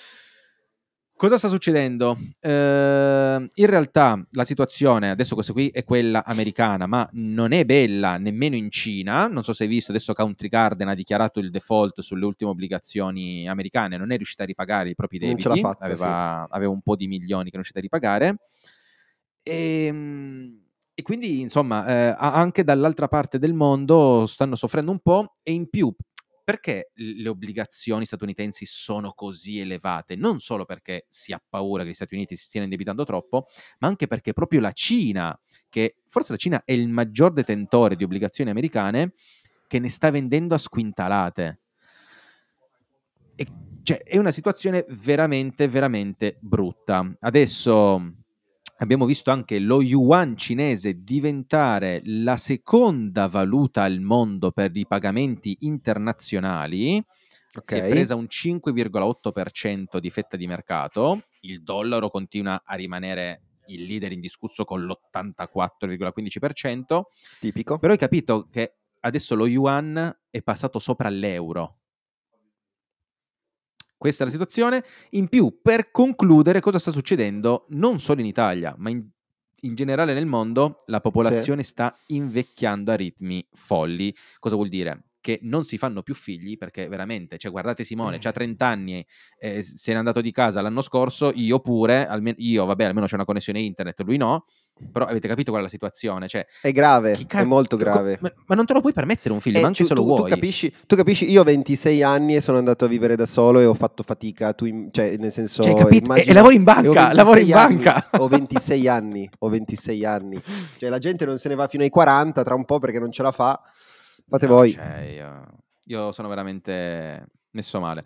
Cosa sta succedendo? Eh, in realtà la situazione, adesso questa qui è quella americana, ma non è bella nemmeno in Cina. Non so se hai visto, adesso Country Garden ha dichiarato il default sulle ultime obbligazioni americane, non è riuscita a ripagare i propri Non ce l'ha debiti, fatta, aveva, aveva un po' di milioni che non è riuscita a ripagare. E, e quindi, insomma, eh, anche dall'altra parte del mondo stanno soffrendo un po' e in più perché le obbligazioni statunitensi sono così elevate? Non solo perché si ha paura che gli Stati Uniti si stiano indebitando troppo, ma anche perché proprio la Cina, che forse la Cina è il maggior detentore di obbligazioni americane, che ne sta vendendo a squintalate. E, cioè, è una situazione veramente, veramente brutta. Adesso abbiamo visto anche lo yuan cinese diventare la seconda valuta al mondo per i pagamenti internazionali. Ok. Si è presa un cinque virgola otto per cento di fetta di mercato. Il dollaro continua a rimanere il leader indiscusso con l'ottantaquattro virgola quindici per cento. Tipico. Però hai capito che adesso lo yuan è passato sopra l'euro. Questa è la situazione. In più, per concludere, cosa sta succedendo non solo in Italia, ma in, in generale nel mondo, la popolazione Sì. sta invecchiando a ritmi folli. Cosa vuol dire? che non si fanno più figli, perché veramente, cioè guardate Simone, c'ha trenta anni, eh, se n'è andato di casa l'anno scorso, io pure, almeno io vabbè almeno c'è una connessione internet, lui no, però avete capito qual è la situazione, cioè è grave, è molto grave. Ma, ma non te lo puoi permettere un figlio, eh, ma anche tu, se lo tu, vuoi. Tu capisci, tu capisci, io ho ventisei anni e sono andato a vivere da solo e ho fatto fatica, tu, cioè nel senso... Cioè, capito? Immagina, e, e lavori in banca, lavori in anni, banca. Ho ventisei anni, ho ventisei anni. Cioè la gente non se ne va fino ai quaranta tra un po' perché non ce la fa. Fate no, voi. Cioè, io, io sono veramente messo male.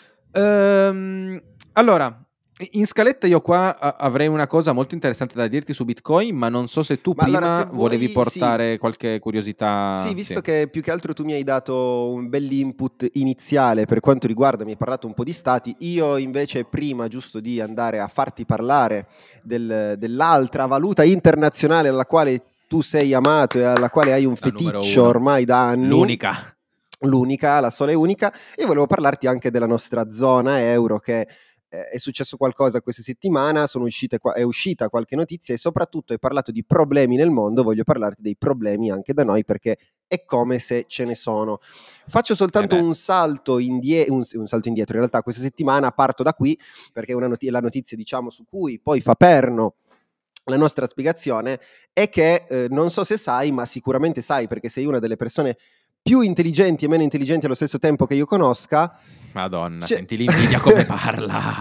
Ehm, allora, in scaletta io qua avrei una cosa molto interessante da dirti su Bitcoin, ma non so se tu ma prima allora, se volevi vuoi, portare sì. qualche curiosità. Sì, visto Sì. che più che altro tu mi hai dato un bell'input iniziale per quanto riguarda, mi hai parlato un po' di stati, io invece prima, giusto di andare a farti parlare del, dell'altra valuta internazionale alla quale tu sei amato e alla quale hai un La numero feticcio uno. ormai da anni. L'unica. L'unica, la sola e unica. Io volevo parlarti anche della nostra zona euro, che eh, è successo qualcosa questa settimana, sono uscite, è uscita qualche notizia e soprattutto hai parlato di problemi nel mondo, voglio parlarti dei problemi anche da noi perché è come se ce ne sono. Faccio soltanto Eh un, salto indie- un, un salto indietro, in realtà questa settimana parto da qui perché è una not- la notizia diciamo su cui poi fa perno la nostra spiegazione è che eh, non so se sai, ma sicuramente sai perché sei una delle persone più intelligenti e meno intelligenti allo stesso tempo che io conosca. Madonna, c'è... senti l'invidia come parla.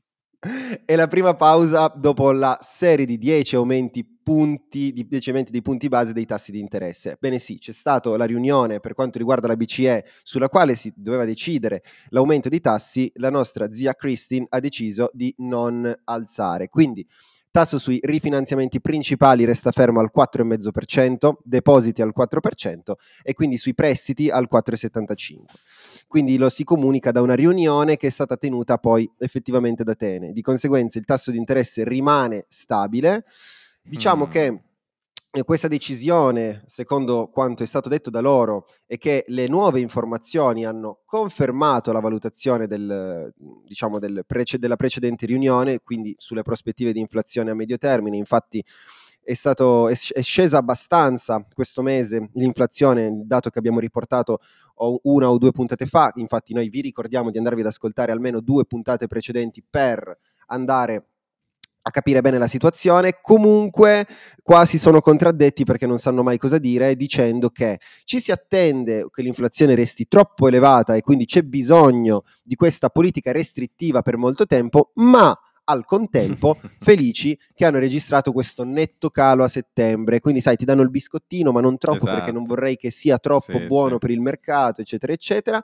È la prima pausa dopo la serie di dieci aumenti punti, di dieci aumenti dei punti base dei tassi di interesse. Bene sì, c'è stata la riunione per quanto riguarda la B C E sulla quale si doveva decidere l'aumento dei tassi, la nostra zia Christine ha deciso di non alzare. Quindi tasso sui rifinanziamenti principali resta fermo al quattro virgola cinque per cento, depositi al quattro per cento e quindi sui prestiti al quattro virgola settantacinque per cento. Quindi lo si comunica da una riunione che è stata tenuta poi effettivamente ad Atene. Di conseguenza il tasso di interesse rimane stabile. Diciamo mm. che questa decisione, secondo quanto è stato detto da loro, è che le nuove informazioni hanno confermato la valutazione del, diciamo, del prece- della precedente riunione, quindi sulle prospettive di inflazione a medio termine. Infatti è, stato, è, è scesa abbastanza questo mese l'inflazione, il dato che abbiamo riportato una o due puntate fa. Infatti noi vi ricordiamo di andarvi ad ascoltare almeno due puntate precedenti per andare a capire bene la situazione. Comunque qua si sono contraddetti perché non sanno mai cosa dire, dicendo che ci si attende che l'inflazione resti troppo elevata e quindi c'è bisogno di questa politica restrittiva per molto tempo, ma al contempo felici che hanno registrato questo netto calo a settembre. Quindi sai, ti danno il biscottino ma non troppo, esatto, perché non vorrei che sia troppo sì, buono sì. per il mercato, eccetera eccetera.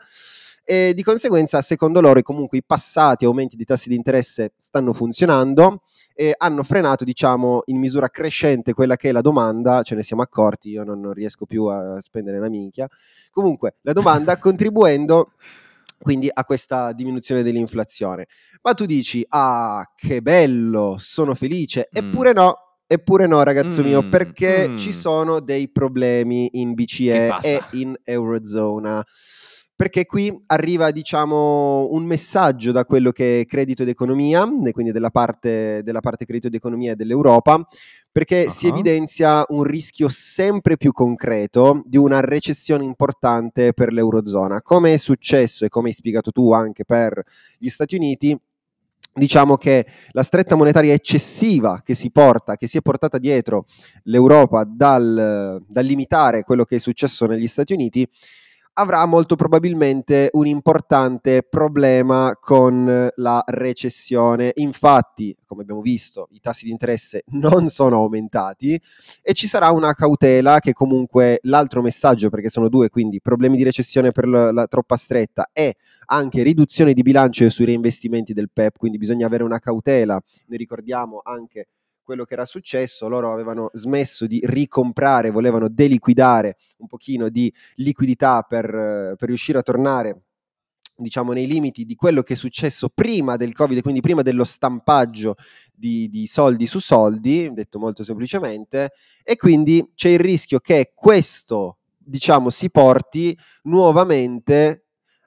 E di conseguenza, secondo loro, comunque i passati aumenti di tassi di interesse stanno funzionando e hanno frenato, diciamo, in misura crescente quella che è la domanda. Ce ne siamo accorti, io non, non riesco più a spendere una minchia. Comunque, la domanda contribuendo quindi a questa diminuzione dell'inflazione. Ma tu dici, ah, che bello, sono felice. Mm. Eppure no, eppure no, ragazzo mm, mio, perché mm. ci sono dei problemi in B C E e in Eurozona. Perché qui arriva, diciamo, un messaggio da quello che è credito ed economia, quindi della parte, della parte credito ed economia dell'Europa, perché uh-huh. si evidenzia un rischio sempre più concreto di una recessione importante per l'Eurozona. Come è successo e come hai spiegato tu anche per gli Stati Uniti, diciamo che la stretta monetaria eccessiva che si porta, che si è portata dietro l'Europa dal, dal limitare quello che è successo negli Stati Uniti, avrà molto probabilmente un importante problema con la recessione. Infatti, come abbiamo visto, i tassi di interesse non sono aumentati e ci sarà una cautela che comunque l'altro messaggio, perché sono due, quindi problemi di recessione per la, la troppa stretta e anche riduzione di bilancio sui reinvestimenti del P E P, quindi bisogna avere una cautela. Noi ricordiamo anche quello che era successo, loro avevano smesso di ricomprare, volevano deliquidare un pochino di liquidità per, per riuscire a tornare, diciamo, nei limiti di quello che è successo prima del Covid, quindi prima dello stampaggio di, di soldi su soldi, detto molto semplicemente, e quindi c'è il rischio che questo, diciamo, si porti nuovamente.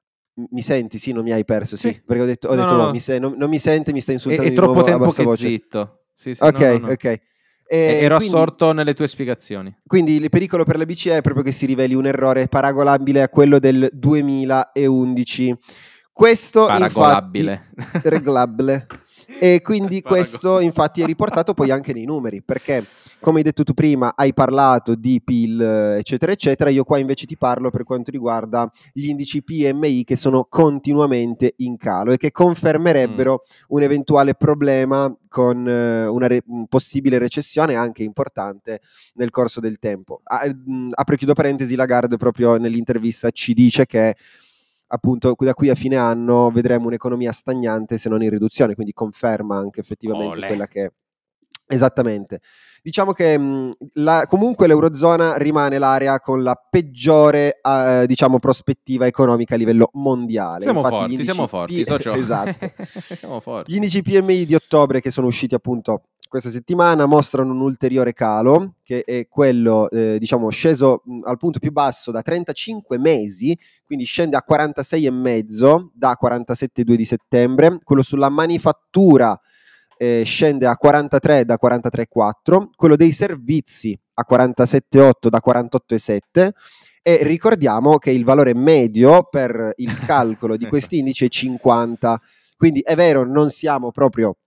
Mi senti? Sì, non mi hai perso, sì, sì. Perché ho detto, ho no, detto no, no. Mi se- non, non mi sente, mi sta insultando è, è di troppo nuovo tempo a bassa che voce. Zitto. Sì, sì, ok, no, no, no. ok. E ero quindi, assorto nelle tue spiegazioni. Quindi il pericolo per la B C E è proprio che si riveli un errore paragonabile a quello del duemilaundici. Questo infatti Paragolabile. regolabile. E quindi Parago- questo infatti è riportato poi anche nei numeri, perché come hai detto tu prima, hai parlato di P I L, eccetera, eccetera. Io qua invece ti parlo per quanto riguarda gli indici P M I che sono continuamente in calo e che confermerebbero mm. un eventuale problema con eh, una re- possibile recessione anche importante nel corso del tempo. A, mh, apro e chiudo parentesi, Lagarde proprio nell'intervista ci dice che appunto da qui a fine anno vedremo un'economia stagnante se non in riduzione, quindi conferma anche effettivamente Olè. quella che è. Esattamente. Diciamo che mh, la, comunque l'Eurozona rimane l'area con la peggiore eh, diciamo prospettiva economica a livello mondiale. Siamo Infatti forti, gli indici siamo forti, P- socio. esatto. Siamo forti. Gli indici P M I di ottobre che sono usciti appunto questa settimana mostrano un ulteriore calo, che è quello eh, diciamo sceso mh, al punto più basso da trentacinque mesi, quindi scende a quarantasei virgola cinque da quarantasette virgola due di settembre. Quello sulla manifattura eh, scende a quarantatré da quarantatré virgola quattro, quello dei servizi a quarantasette virgola otto da quarantotto virgola sette, e ricordiamo che il valore medio per il calcolo di questi indici è cinquanta. Quindi è vero, non siamo proprio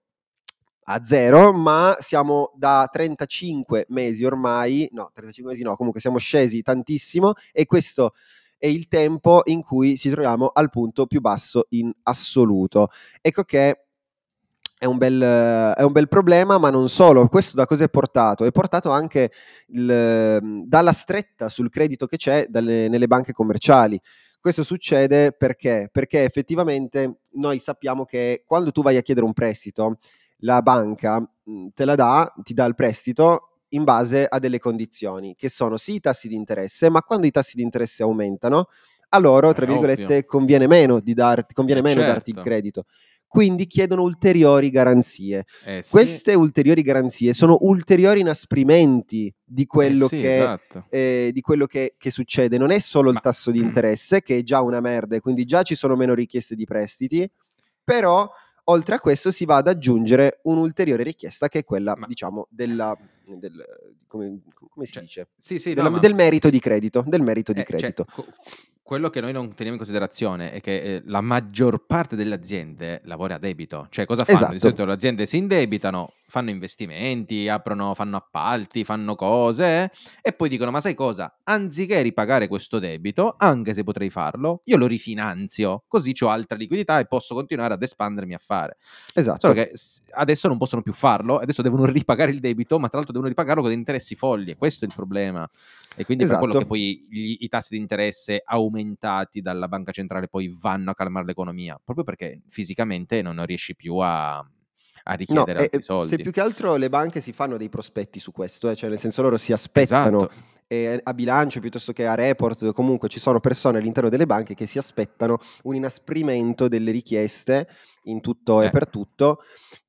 a zero, ma siamo da trentacinque mesi ormai, no, trentacinque mesi no, comunque siamo scesi tantissimo, e questo è il tempo in cui ci troviamo al punto più basso in assoluto. Ecco che è un bel, è un bel problema, ma non solo. Questo da cosa è portato? È portato anche il, dalla stretta sul credito che c'è dalle, nelle banche commerciali. Questo succede perché? Perché effettivamente noi sappiamo che quando tu vai a chiedere un prestito, la banca mh, te la dà, ti dà il prestito in base a delle condizioni, che sono sì i tassi di interesse, ma quando i tassi di interesse aumentano, a loro, tra Eh, virgolette, ovvio. conviene meno, di darti, conviene Eh, meno darti il certo. credito. Quindi chiedono ulteriori garanzie. Eh, sì. Queste ulteriori garanzie sono ulteriori inasprimenti di quello, Eh, sì, che, esatto. eh, di quello che, che succede. Non è solo Ma... il tasso di interesse, che è già una merda, e quindi già ci sono meno richieste di prestiti, però oltre a questo si va ad aggiungere un'ulteriore richiesta, che è quella, Ma... diciamo, della, del, come, come si Cioè, dice? sì, sì, Della, no, ma... del merito di credito. Del merito di Eh, cioè, credito. co- quello che noi non teniamo in considerazione è che eh, la maggior parte delle aziende lavora a debito. Cioè, cosa fanno? Di Esatto. solito le aziende si indebitano, fanno investimenti, aprono, fanno appalti, fanno cose, eh, e poi dicono: ma sai cosa? Anziché ripagare questo debito, anche se potrei farlo, io lo rifinanzio, così ho altra liquidità e posso continuare ad espandermi a fare. Esatto. Solo che s- adesso non possono più farlo, adesso devono ripagare il debito, ma tra l'altro devono ripagarlo con interessi folli, e questo è il problema. E quindi è per quello Esatto. che poi gli, i tassi di interesse aumentati dalla banca centrale poi vanno a calmare l'economia, proprio perché fisicamente non, non riesci più a, a richiedere No, e, altri e se soldi. più che altro le banche si fanno dei prospetti su questo, eh, cioè nel senso loro si aspettano, Esatto. eh, a bilancio piuttosto che a report, comunque ci sono persone all'interno delle banche che si aspettano un inasprimento delle richieste in tutto e Eh. per tutto,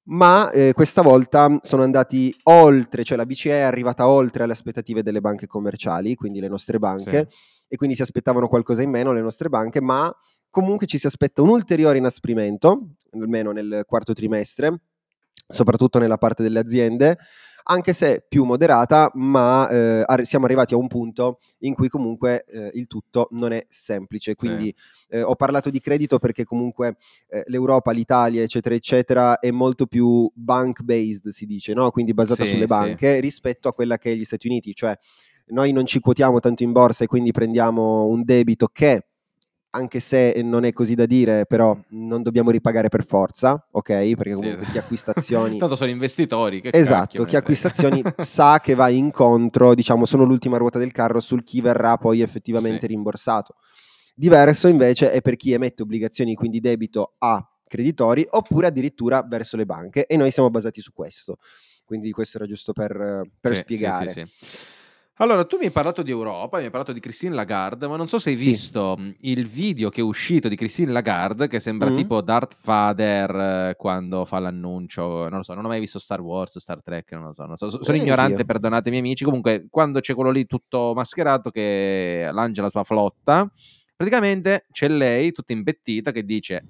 ma eh, questa volta sono andati oltre, cioè la B C E è arrivata oltre alle aspettative delle banche commerciali, quindi le nostre banche, Sì. e quindi si aspettavano qualcosa in meno le nostre banche, ma comunque ci si aspetta un ulteriore inasprimento, almeno nel quarto trimestre, soprattutto nella parte delle aziende, anche se più moderata, ma eh, ar- siamo arrivati a un punto in cui comunque eh, il tutto non è semplice. Quindi eh, ho parlato di credito perché comunque eh, l'Europa, l'Italia, eccetera, eccetera, è molto più bank-based, si dice, no? Quindi basata Sì, sulle sì. banche rispetto a quella che è gli Stati Uniti, cioè noi non ci quotiamo tanto in borsa e quindi prendiamo un debito che, anche se non è così da dire, però non dobbiamo ripagare per forza, ok? Perché Sì. comunque chi acquista azioni... Tanto sono investitori, che cacchio Esatto, me chi ne acquista frega. azioni sa che va incontro, diciamo, sono l'ultima ruota del carro sul chi verrà poi effettivamente Sì. rimborsato. Diverso invece è per chi emette obbligazioni, quindi debito a creditori, oppure addirittura verso le banche, e noi siamo basati su questo. Quindi questo era giusto per, per Sì, sì, sì, spiegare. sì. Allora, tu mi hai parlato di Europa, mi hai parlato di Christine Lagarde, ma non so se hai Sì. visto mh, il video che è uscito di Christine Lagarde, che sembra Mm. tipo Darth Vader eh, quando fa l'annuncio, non lo so, non ho mai visto Star Wars, Star Trek, non lo so, non so, so- sono Eh, ignorante, neanch'io. perdonatemi amici, comunque quando c'è quello lì tutto mascherato che lancia la sua flotta, praticamente c'è lei tutta imbettita che dice: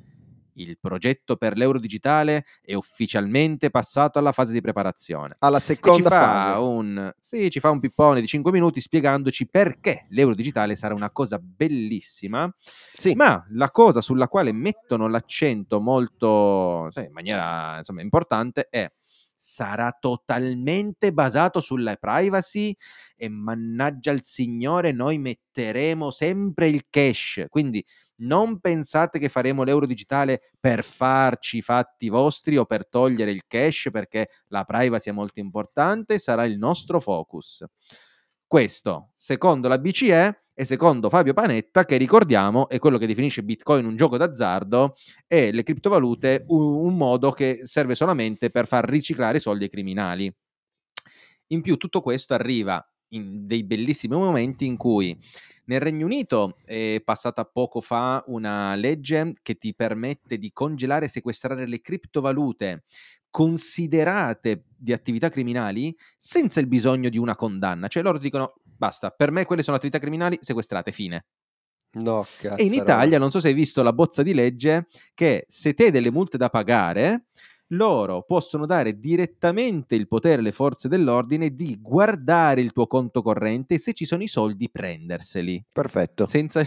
il progetto per l'euro digitale è ufficialmente passato alla fase di preparazione. Alla E ci seconda fa fase. un, sì, ci fa un pippone di cinque minuti spiegandoci perché l'euro digitale sarà una cosa bellissima, Sì. ma la cosa sulla quale mettono l'accento molto, sì, in maniera insomma importante è: sarà totalmente basato sulla privacy e mannaggia il Signore, noi metteremo sempre il cash. Quindi non pensate che faremo l'euro digitale per farci i fatti vostri o per togliere il cash, perché la privacy è molto importante, sarà il nostro focus. Questo, secondo la B C E e secondo Fabio Panetta, che ricordiamo è quello che definisce Bitcoin un gioco d'azzardo e le criptovalute un, un modo che serve solamente per far riciclare i soldi ai criminali. In più tutto questo arriva in dei bellissimi momenti in cui nel Regno Unito è passata poco fa una legge che ti permette di congelare e sequestrare le criptovalute considerate di attività criminali senza il bisogno di una condanna. Cioè loro dicono: basta, per me quelle sono attività criminali, sequestrate, fine. No, E in cazzarola. Italia, non so se hai visto la bozza di legge, che se te hai delle multe da pagare, loro possono dare direttamente il potere alle forze dell'ordine di guardare il tuo conto corrente e se ci sono i soldi prenderseli. Perfetto. Senza...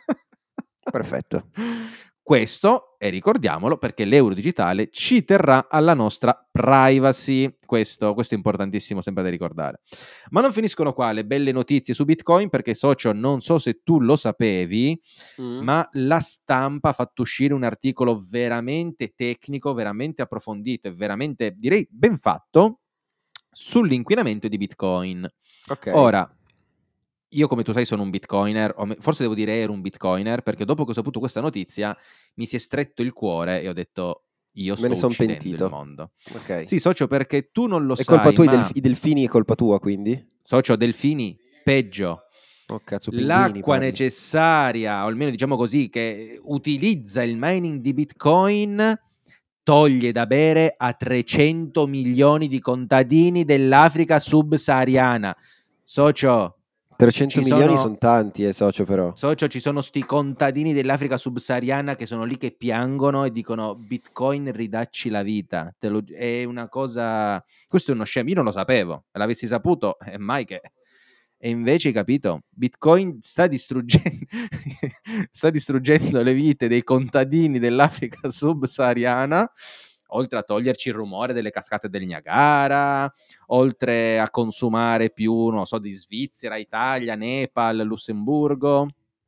Perfetto. Questo, e ricordiamolo, perché l'euro digitale ci terrà alla nostra privacy. Questo, questo è importantissimo sempre da ricordare. Ma non finiscono qua le belle notizie su Bitcoin, perché socio, non so se tu lo sapevi, Mm. ma la stampa ha fatto uscire un articolo veramente tecnico, veramente approfondito e veramente, direi, ben fatto sull'inquinamento di Bitcoin. Ok. Ora, io come tu sai sono un bitcoiner, o me- forse devo dire ero un bitcoiner, perché dopo che ho saputo questa notizia mi si è stretto il cuore e ho detto: io Me ne sto son uccidendo il pentito. mondo. Ok. Sì, socio, perché tu non lo È colpa sai, tua, i, ma delf- i delfini è colpa tua, quindi? socio, delfini, peggio. Oh, cazzo, pinguini L'acqua parli. necessaria, o almeno diciamo così, che utilizza il mining di Bitcoin toglie da bere a trecento milioni di contadini dell'Africa subsahariana. Socio, trecento ci milioni sono sono tanti, eh, socio, però. Socio, ci sono sti contadini dell'Africa subsahariana che sono lì che piangono e dicono: Bitcoin, ridacci la vita. Te lo- è una cosa. Questo è uno scemo. Io non lo sapevo. Se l'avessi saputo, è mai che. E invece, hai capito? Bitcoin sta distruggendo, sta distruggendo le vite dei contadini dell'Africa subsahariana, oltre a toglierci il rumore delle cascate del Niagara, oltre a consumare più, non so, di Svizzera, Italia, Nepal, Lussemburgo.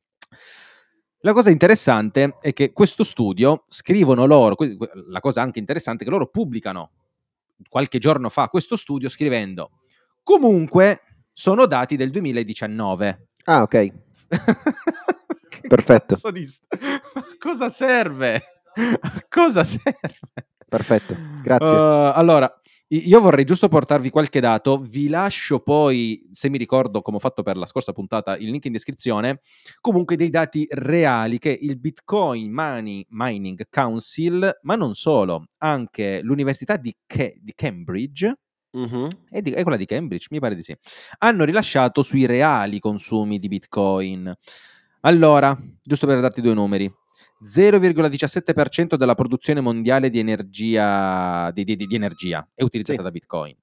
La cosa interessante è che questo studio scrivono loro, la cosa anche interessante è che loro pubblicano qualche giorno fa questo studio scrivendo: comunque sono dati del duemiladiciannove. Ah, ok. Che Perfetto. cazzo di st- a cosa serve? A cosa serve? Perfetto. Uh, Grazie. allora, io vorrei giusto portarvi qualche dato, vi lascio poi, se mi ricordo come ho fatto per la scorsa puntata, il link in descrizione, comunque dei dati reali che il Bitcoin Money Mining Council, ma non solo, anche l'Università di, Ke- di Cambridge, Mhm. è, di- è quella di Cambridge, mi pare di sì, hanno rilasciato sui reali consumi di Bitcoin. Allora, giusto per darti due numeri, zero virgola diciassette per cento della produzione mondiale di energia, di, di- di energia è utilizzata Sì. da Bitcoin,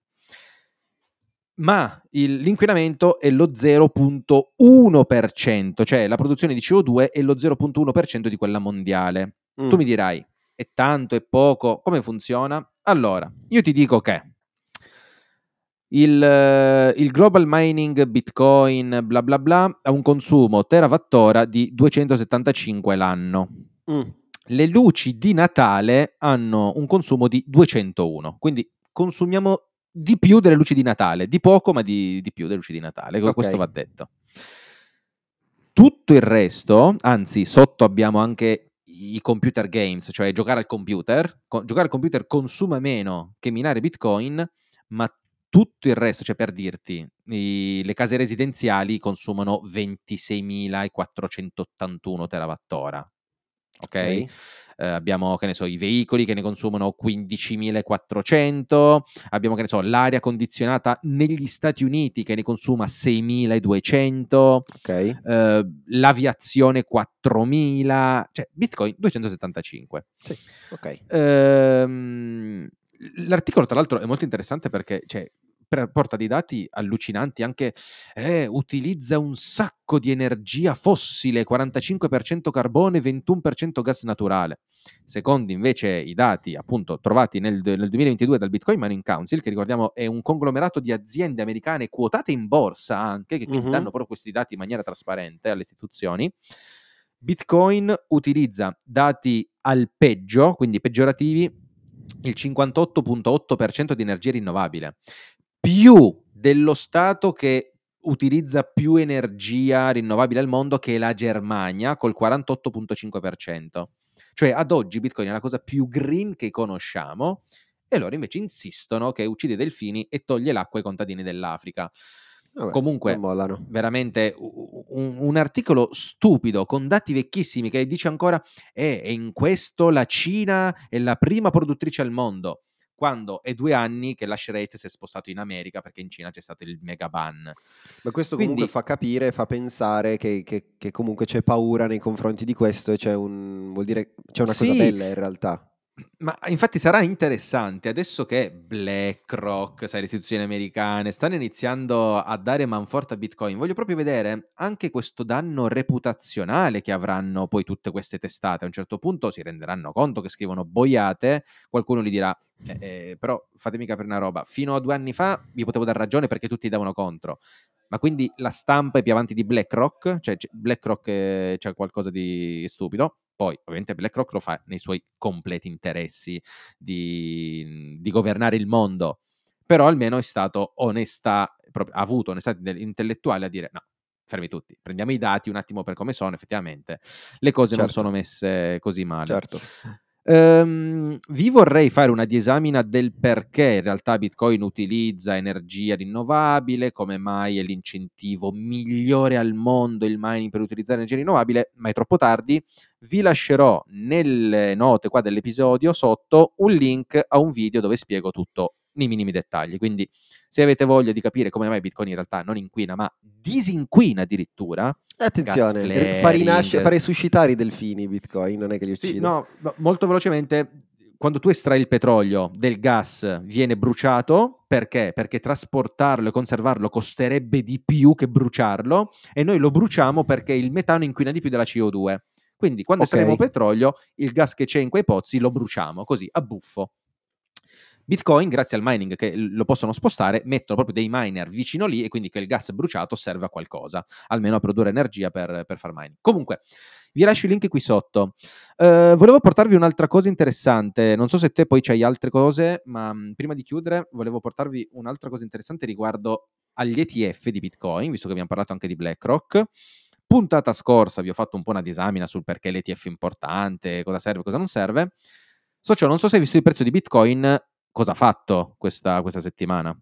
ma il- l'inquinamento è lo zero virgola uno per cento, cioè la produzione di C O due è lo zero virgola uno per cento di quella mondiale. Tu mi Mm. dirai, è tanto, è poco, come funziona? Allora, io ti dico che il, eh, il global mining Bitcoin bla bla bla ha un consumo terawattora di duecentosettantacinque l'anno. Mm. Le luci di Natale hanno un consumo di duecentouno, quindi consumiamo di più delle luci di Natale, di poco ma di, di più delle luci di Natale, questo Ok. va detto. Tutto il resto, anzi sotto abbiamo anche i computer games, cioè giocare al computer, Co- giocare al computer consuma meno che minare Bitcoin, ma tutto il resto, cioè per dirti, i- le case residenziali consumano ventiseimilaquattrocentottantuno terawattora. ok? Ok. Eh, abbiamo, che ne so, i veicoli che ne consumano quindicimilaquattrocento, abbiamo, che ne so, l'aria condizionata negli Stati Uniti che ne consuma seimiladuecento, Ok. eh, l'aviazione quattromila, cioè Bitcoin duecentosettantacinque. Sì, ok. Ehm, l'articolo tra l'altro è molto interessante perché, cioè, per- porta dei dati allucinanti anche, eh, utilizza un sacco di energia fossile, quarantacinque per cento carbone, ventuno per cento gas naturale. Secondo invece i dati appunto trovati nel, nel duemilaventidue dal Bitcoin Mining Council, che ricordiamo è un conglomerato di aziende americane quotate in borsa anche, che quindi Mhm. danno proprio questi dati in maniera trasparente alle istituzioni. Bitcoin utilizza dati al peggio, quindi peggiorativi, il cinquantotto virgola otto per cento di energia rinnovabile, più dello Stato che utilizza più energia rinnovabile al mondo, che è la Germania, col quarantotto virgola cinque per cento. Cioè ad oggi Bitcoin è la cosa più green che conosciamo, e loro invece insistono che uccide i delfini e toglie l'acqua ai contadini dell'Africa. Vabbè, non Comunque, mollano. veramente un, un articolo stupido con dati vecchissimi che dice ancora eh, e in questo la Cina è la prima produttrice al mondo, quando è due anni che l'hash rate si è spostato in America perché in Cina c'è stato il mega ban. Ma questo comunque Quindi fa capire, fa pensare che, che- che comunque c'è paura nei confronti di questo e c'è un, vuol dire c'è una cosa sì, bella in realtà. ma infatti sarà interessante adesso che BlackRock, sai, le istituzioni americane stanno iniziando a dare manforte a Bitcoin. Voglio proprio vedere anche questo danno reputazionale che avranno poi tutte queste testate. A un certo punto si renderanno conto che scrivono boiate, qualcuno gli dirà eh, eh, però fatemi capire una roba, fino a due anni fa vi potevo dar ragione perché tutti davano contro. Ma quindi la stampa è più avanti di BlackRock? Cioè c- BlackRock eh, c'è qualcosa di stupido? Poi, ovviamente, BlackRock lo fa nei suoi completi interessi di, di governare il mondo, però almeno è stato onesta, proprio, ha avuto onestà intellettuale a dire no, fermi tutti, prendiamo i dati un attimo per come sono, effettivamente le cose non Certo, sono messe così male. certo. Ehm, vi vorrei fare una disamina del perché in realtà Bitcoin utilizza energia rinnovabile, come mai è l'incentivo migliore al mondo il mining per utilizzare energia rinnovabile, ma è troppo tardi. Vi lascerò nelle note qua dell'episodio sotto un link a un video dove spiego tutto nei minimi dettagli, quindi se avete voglia di capire come mai Bitcoin in realtà non inquina ma disinquina addirittura, gas Attenzione, r- fa rinascere, flaring. fa resuscitare i delfini Bitcoin, non è che li Sì, uccide. no, no, molto velocemente, quando tu estrai il petrolio, del gas viene bruciato, perché? Perché trasportarlo e conservarlo costerebbe di più che bruciarlo, e noi lo bruciamo perché il metano inquina di più della C O due. Quindi quando Ok, estraiamo petrolio, il gas che c'è in quei pozzi lo bruciamo, così, a buffo. Bitcoin, grazie al mining che lo possono spostare, mettono proprio dei miner vicino lì, e quindi quel gas bruciato serve a qualcosa, almeno a produrre energia per, per far mining. Comunque, vi lascio i link qui sotto. Uh, volevo portarvi un'altra cosa interessante, non so se te poi c'hai altre cose, ma mh, prima di chiudere volevo portarvi un'altra cosa interessante riguardo agli E T F di Bitcoin, visto che abbiamo parlato anche di BlackRock. Puntata scorsa vi ho fatto un po' una disamina sul perché l'E T F è importante, cosa serve, cosa non serve. Socio, non so se hai visto il prezzo di Bitcoin, cosa ha fatto questa, questa settimana.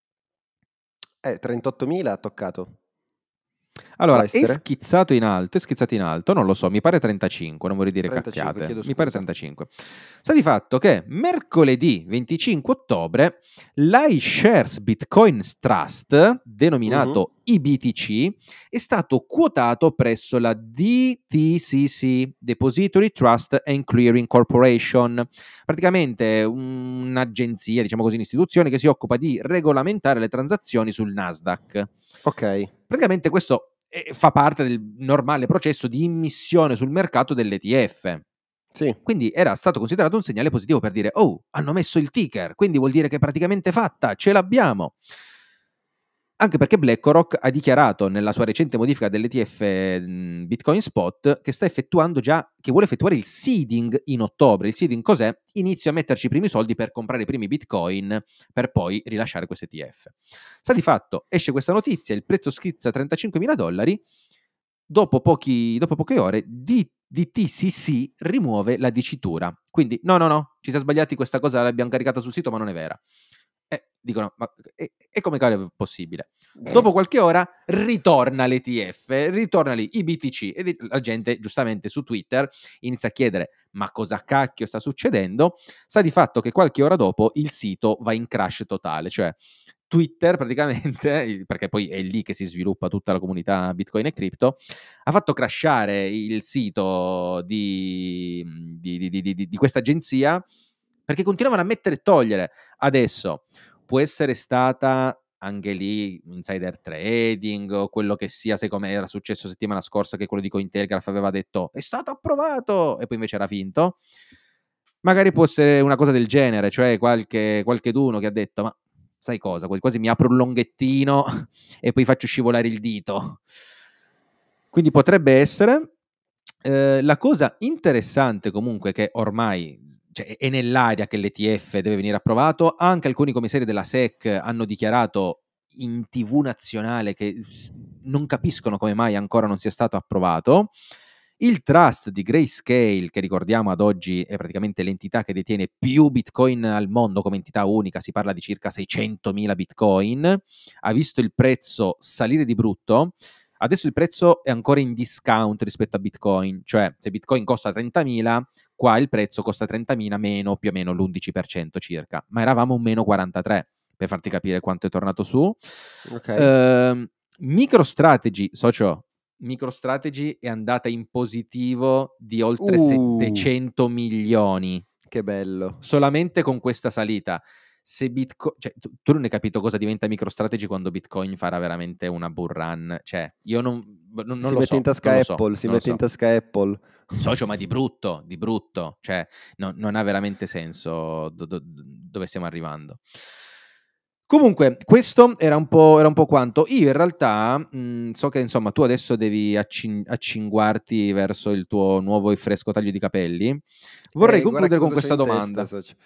eh, trentottomila ha toccato, può Allora, è essere? schizzato in alto, è schizzato in alto, non lo so, mi pare trentacinque, non vorrei dire trentacinque, cacchiate, chiedo mi pare scusa. trentacinque. Sta di fatto che mercoledì venticinque ottobre l'iShares Bitcoin Trust, Mhm. denominato I B T C, è stato quotato presso la D T C C, Depository Trust and Clearing Corporation, praticamente un'agenzia, diciamo così, un'istituzione che si occupa di regolamentare le transazioni sul Nasdaq. Ok, Praticamente questo eh, fa parte del normale processo di immissione sul mercato dell'E T F. sì. Quindi era stato considerato un segnale positivo per dire: oh, hanno messo il ticker, quindi vuol dire che è praticamente fatta, ce l'abbiamo. Anche perché BlackRock ha dichiarato nella sua recente modifica dell'E T F mh, Bitcoin Spot che sta effettuando già, che vuole effettuare il seeding in ottobre. Il seeding cos'è? Inizio a metterci i primi soldi per comprare i primi Bitcoin per poi rilasciare questo E T F. Sta di fatto, esce questa notizia, il prezzo schizza a trentacinquemila dollari, dopo, pochi, dopo poche ore D T C C rimuove la dicitura. Quindi no, no, no, ci siamo sbagliati, questa cosa l'abbiamo caricata sul sito ma non è vera. E dicono, ma e, e come cavolo è possibile? Dopo qualche ora ritorna l'E T F, ritorna lì i B T C e la gente giustamente su Twitter inizia a chiedere ma cosa cacchio sta succedendo? Sta di fatto che qualche ora dopo il sito va in crash totale, cioè Twitter praticamente, perché poi è lì che si sviluppa tutta la comunità Bitcoin e cripto, ha fatto crashare il sito di, di, di, di, di, di questa agenzia perché continuavano a mettere e togliere. Adesso può essere stata anche lì insider trading o quello che sia, sai come era successo settimana scorsa che quello di Cointelegraph aveva detto è stato approvato e poi invece era finto. Magari può essere una cosa del genere, cioè qualche qualcheduno che ha detto ma sai cosa, quasi quasi mi apro un longhettino e poi faccio scivolare il dito. Quindi potrebbe essere. Eh, la cosa interessante comunque che ormai cioè, è nell'aria che l'E T F deve venire approvato, anche alcuni commissari della S E C hanno dichiarato in tivù nazionale che non capiscono come mai ancora non sia stato approvato. Il trust di Grayscale, che ricordiamo ad oggi è praticamente l'entità che detiene più Bitcoin al mondo come entità unica, si parla di circa seicentomila Bitcoin, ha visto il prezzo salire di brutto. Adesso il prezzo è ancora in discount rispetto a Bitcoin, cioè se Bitcoin costa trentamila, qua il prezzo costa trentamila meno più o meno l'undici per cento circa, ma eravamo un meno quarantatré, per farti capire quanto è tornato su. Okay. Uh, MicroStrategy, socio, MicroStrategy è andata in positivo di oltre Uh. settecento milioni. Che bello. Solamente con questa salita. Se Bitcoin, cioè, tu, tu non hai capito cosa diventa MicroStrategy quando Bitcoin farà veramente una bull run. Cioè, io non, non, non si lo mette so. in tasca non Apple, so, si non mette so. in tasca Apple. Socio, ma di brutto, di brutto. Cioè, no, non ha veramente senso do, do, dove stiamo arrivando. Comunque, questo era un po', era un po' quanto. Io in realtà mh, so che insomma tu adesso devi accin- accinguarti verso il tuo nuovo e fresco taglio di capelli. Vorrei Eh, guarda che concludere con cosa c'ho questa in domanda. testa, socio.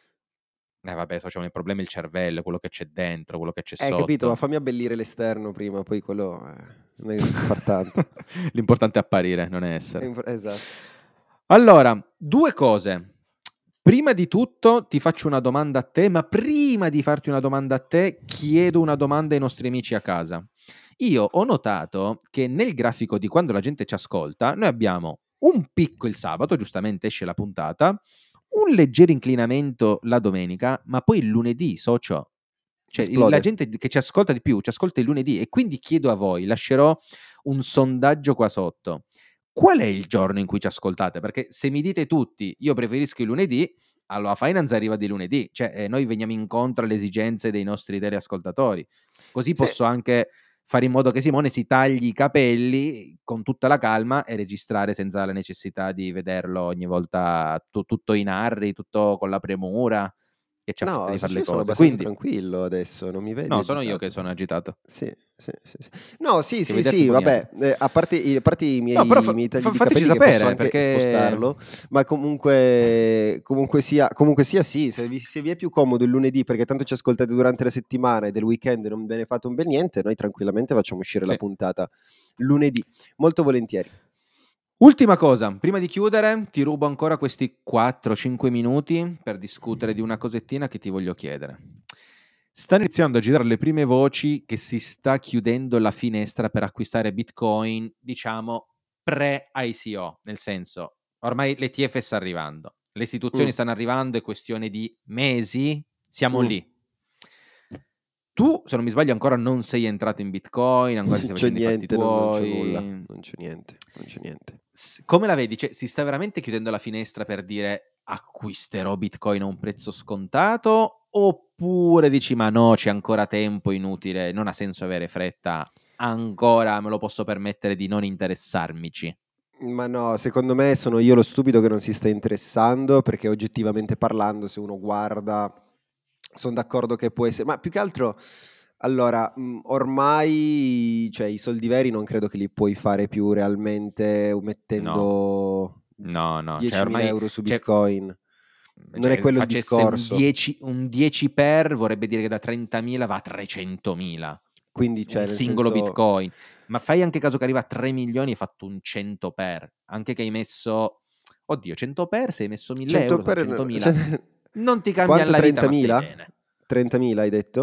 Eh vabbè, socio, il problema è il cervello, quello che c'è dentro, quello che c'è Eh, capito, ma sotto. fammi abbellire l'esterno prima, poi quello eh, non è che far tanto. L'importante è apparire, non è essere. Inf- esatto. Allora, due cose. Prima di tutto ti faccio una domanda a te, ma prima di farti una domanda a te chiedo una domanda ai nostri amici a casa. Io ho notato che nel grafico di quando la gente ci ascolta, noi abbiamo un picco il sabato, giustamente esce la puntata, un leggero inclinamento la domenica, ma poi il lunedì, socio, cioè il- la Esplode. gente che ci ascolta di più ci ascolta il lunedì e quindi chiedo a voi, lascerò un sondaggio qua sotto. Qual è il giorno in cui ci ascoltate? Perché se mi dite tutti, io preferisco il lunedì, allora Finance arriva di lunedì, cioè eh, noi veniamo incontro alle esigenze dei nostri teleascoltatori. Così Sì. posso anche fare in modo che Simone si tagli i capelli con tutta la calma e registrare senza la necessità di vederlo ogni volta tu- tutto in arri, tutto con la premura che ci ha fatta No, di fare socio, le io sono cose. abbastanza Quindi, tranquillo adesso, non mi vedi no, sono io che agitato. sono agitato. Sì, sì, sì, sì. No, sì, Che sì, vederti sì, poniato. vabbè, eh, a parte, i- a parte i No, però miei, i fa- miei tagli fa- di fateci capelli che posso sapere anche perché spostarlo, ma comunque, comunque sia, comunque sia sì, se vi, se vi è più comodo il lunedì perché tanto ci ascoltate durante la settimana e del weekend non ve ne fate un bel niente, noi tranquillamente facciamo uscire la sì. puntata lunedì, molto volentieri. Ultima cosa, prima di chiudere ti rubo ancora questi quattro cinque minuti per discutere di una cosettina che ti voglio chiedere. Stanno iniziando a girare le prime voci che si sta chiudendo la finestra per acquistare Bitcoin, diciamo pre-I C O, nel senso, ormai l'E T F sta arrivando, le istituzioni Mm, stanno arrivando, è questione di mesi, siamo mm. lì. Tu, se non mi sbaglio, ancora non sei entrato in Bitcoin, ancora ti Non stai c'è facendo i fatti niente, non, non c'è nulla, tuoi. non c'è niente, non c'è niente. S- come la vedi? Cioè, si sta veramente chiudendo la finestra per dire acquisterò Bitcoin a un prezzo scontato? Oppure dici ma no, c'è ancora tempo, inutile, non ha senso avere fretta, ancora me lo posso permettere di non interessarmici? Ma no, secondo me sono io lo stupido che non si sta interessando, perché oggettivamente parlando, se uno guarda, sono d'accordo che può essere, ma più che altro, allora, mh, ormai, cioè, i soldi veri non credo che li puoi fare più realmente No, mettendo no, no, cioè diecimila ormai euro su cioè, Bitcoin. Non è cioè, quello il facesse un discorso. dieci, un dieci per vorrebbe dire che da trentamila va a trecentomila. Quindi, Un cioè, nel singolo senso, Bitcoin, ma fai anche caso che arriva a tre milioni e hai fatto un cento per, anche che hai messo, oddio, cento per, se hai messo mille cento euro sono per... centomila, non ti cambia Quanto? la vita, ma stai trentamila? bene. trentamila hai detto?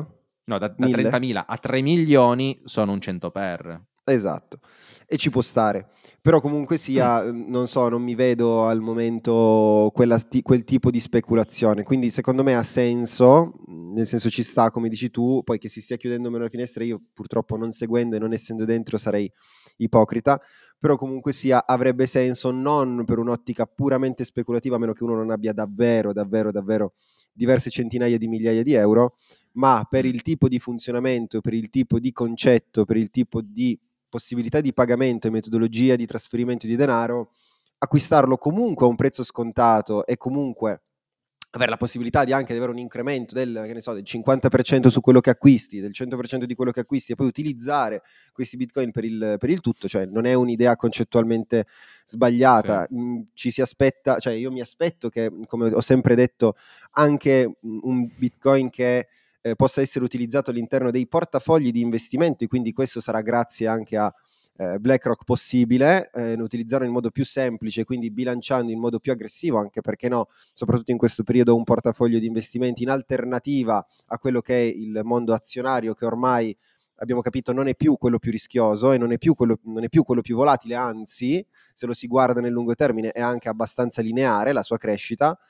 No, da, da Mille? trentamila a tre milioni sono un cento per. Esatto, e ci può stare, però comunque sia, Mm. non so, non mi vedo al momento quella ti- quel tipo di speculazione, quindi secondo me ha senso, nel senso ci sta come dici tu, poi che si stia chiudendo meno la finestra, io purtroppo non seguendo e non essendo dentro sarei ipocrita, però comunque sia avrebbe senso non per un'ottica puramente speculativa, a meno che uno non abbia davvero, davvero, davvero diverse centinaia di migliaia di euro, ma per Mm. il tipo di funzionamento, per il tipo di concetto, per il tipo di possibilità di pagamento e metodologia di trasferimento di denaro, acquistarlo comunque a un prezzo scontato e comunque avere la possibilità di anche di avere un incremento del, che ne so, del cinquanta per cento su quello che acquisti, del cento per cento di quello che acquisti e poi utilizzare questi bitcoin per il, per il tutto, cioè non è un'idea concettualmente sbagliata. Sì. Mm, ci si aspetta, cioè io mi aspetto che, come ho sempre detto, anche un bitcoin che eh, possa essere utilizzato all'interno dei portafogli di investimento, e quindi questo sarà grazie anche a eh, BlackRock possibile, eh, utilizzarlo in modo più semplice, quindi bilanciando in modo più aggressivo, anche perché no, soprattutto in questo periodo, un portafoglio di investimenti in alternativa a quello che è il mondo azionario, che ormai abbiamo capito non è più quello più rischioso e non è più quello, non è più quello più volatile, anzi, se lo si guarda nel lungo termine è anche abbastanza lineare la sua crescita.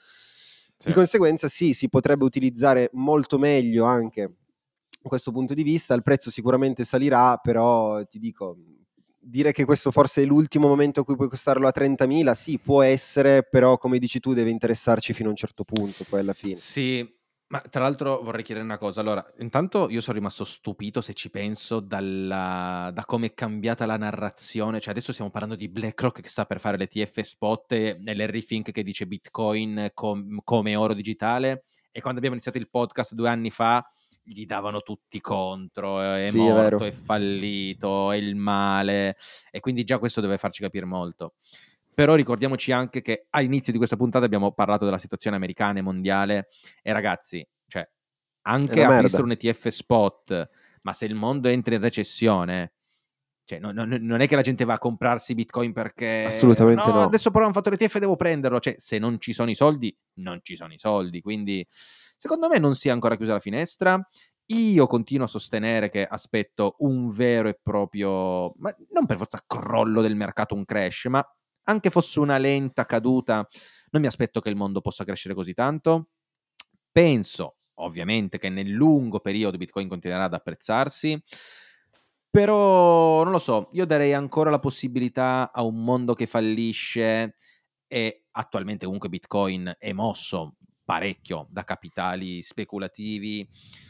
Di Sì. conseguenza sì, si potrebbe utilizzare molto meglio anche da questo punto di vista, il prezzo sicuramente salirà, però ti dico, dire che questo forse è l'ultimo momento in cui puoi costarlo a trentamila, sì, può essere, però come dici tu deve interessarci fino a un certo punto, poi alla fine. Sì, ma tra l'altro vorrei chiedere una cosa. Allora, intanto io sono rimasto stupito, se ci penso, dalla, da come è cambiata la narrazione. Cioè adesso stiamo parlando di BlackRock che sta per fare l'E T F spot e Larry Fink che dice Bitcoin com- come oro digitale, e quando abbiamo iniziato il podcast due anni fa gli davano tutti contro, è Sì, è vero. morto, è fallito, è il male, e quindi già questo deve farci capire molto. Però ricordiamoci anche che all'inizio di questa puntata abbiamo parlato della situazione americana e mondiale, e ragazzi, cioè, È anche una aprissero merda. un E T F spot, ma se il mondo entra in recessione, cioè, no, no, non è che la gente va a comprarsi Bitcoin perché Assolutamente no, no. adesso però hanno fatto l'E T F, devo prenderlo. Cioè, se non ci sono i soldi, non ci sono i soldi. Quindi, secondo me non si è ancora chiusa la finestra. Io continuo a sostenere che aspetto un vero e proprio, ma non per forza crollo del mercato, un crash, ma anche fosse una lenta caduta, non mi aspetto che il mondo possa crescere così tanto. Penso, ovviamente, che nel lungo periodo Bitcoin continuerà ad apprezzarsi, però non lo so, io darei ancora la possibilità a un mondo che fallisce, e attualmente comunque Bitcoin è mosso parecchio da capitali speculativi.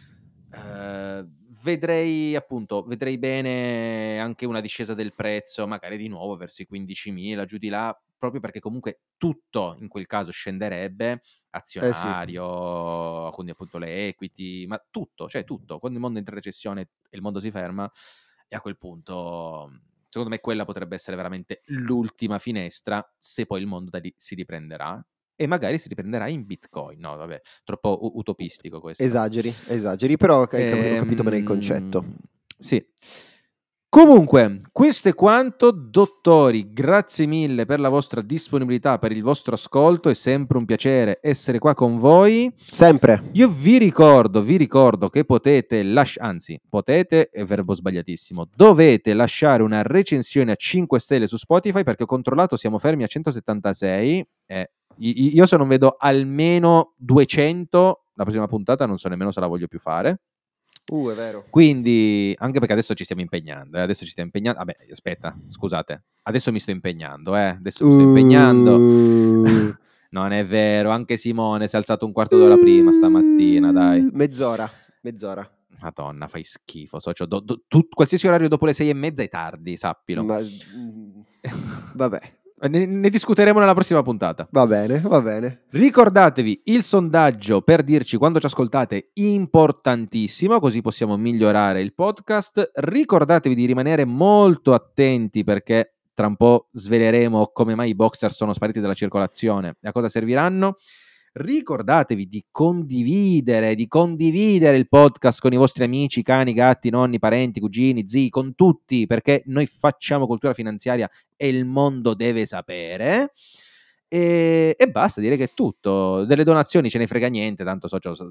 Eh, vedrei appunto, vedrei bene anche una discesa del prezzo, magari di nuovo verso i quindicimila, giù di là, proprio perché comunque tutto in quel caso scenderebbe, Eh sì. azionario, quindi appunto le equity, ma tutto, cioè tutto. Quando il mondo entra in recessione e il mondo si ferma, e a quel punto, secondo me, quella potrebbe essere veramente l'ultima finestra, se poi il mondo da lì si riprenderà. E magari si riprenderà in Bitcoin. No, vabbè, troppo u- utopistico questo. Esageri, esageri, però hai cap- ho capito bene il concetto. Ehm, sì. Comunque, questo è quanto, dottori. Grazie mille per la vostra disponibilità, per il vostro ascolto. È sempre un piacere essere qua con voi. Sempre. Io vi ricordo, vi ricordo che potete lasciare, anzi, potete, è verbo sbagliatissimo, dovete lasciare una recensione a cinque stelle su Spotify, perché ho controllato, siamo fermi a centosettantasei. Eh, io se non vedo almeno duecento, la prossima puntata non so nemmeno se la voglio più fare. Uh, è vero. Quindi, anche perché adesso ci stiamo impegnando, eh, adesso ci stiamo impegnando. Vabbè, aspetta, scusate, adesso mi sto impegnando, eh, adesso mi sto impegnando. Uh, Non è vero, anche Simone si è alzato un quarto d'ora prima stamattina, dai. mezz'ora, mezz'ora. Madonna, fai schifo, socio. Do, do, tu, qualsiasi orario dopo le sei e mezza è tardi, sappilo. Ma mm, vabbè, Ne, ne discuteremo nella prossima puntata. va bene, va bene. Ricordatevi il sondaggio per dirci quando ci ascoltate, importantissimo, così possiamo migliorare il podcast. Ricordatevi di rimanere molto attenti, perché tra un po' sveleremo come mai i boxer sono spariti dalla circolazione e a cosa serviranno. Ricordatevi di condividere, di condividere il podcast con i vostri amici, cani, gatti, nonni, parenti, cugini, zii, con tutti, perché noi facciamo cultura finanziaria e il mondo deve sapere. E, e basta, direi che è tutto. Delle donazioni ce ne frega niente, tanto so,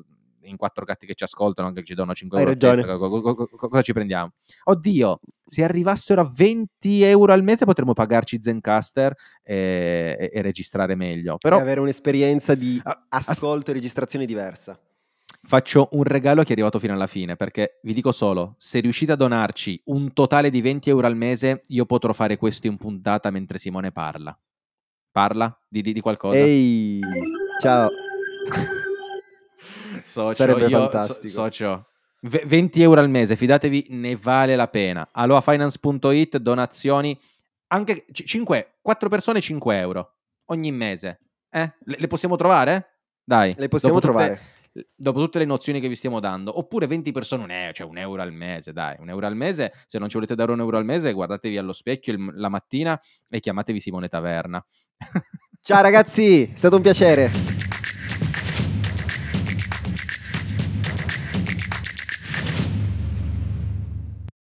in quattro gatti che ci ascoltano, che ci danno cinque Hai euro a ragione. testa, co- co- co- cosa ci prendiamo? Oddio, se arrivassero a venti euro al mese potremmo pagarci Zencaster e, e- e registrare meglio. Però E avere un'esperienza di Ah, as- ascolto e registrazione diversa. faccio un regalo che è arrivato fino alla fine, perché vi dico solo, se riuscite a donarci un totale di venti euro al mese, io potrò fare questo in puntata mentre Simone parla. Parla di, di, di qualcosa? Ehi, ciao. Socio, Sarebbe io, so- fantastico. socio, V- venti euro al mese, fidatevi, ne vale la pena. aloafinance punto it, donazioni, anche c- cinque, quattro persone cinque euro ogni mese. Eh? Le, le possiamo trovare? Dai, Le possiamo dopo tutte, trovare. dopo tutte le nozioni che vi stiamo dando. Oppure venti persone, un euro, cioè un euro al mese, dai, un euro al mese. Se non ci volete dare un euro al mese, guardatevi allo specchio il- la mattina e chiamatevi Simone Taverna. Ciao ragazzi, è stato un piacere.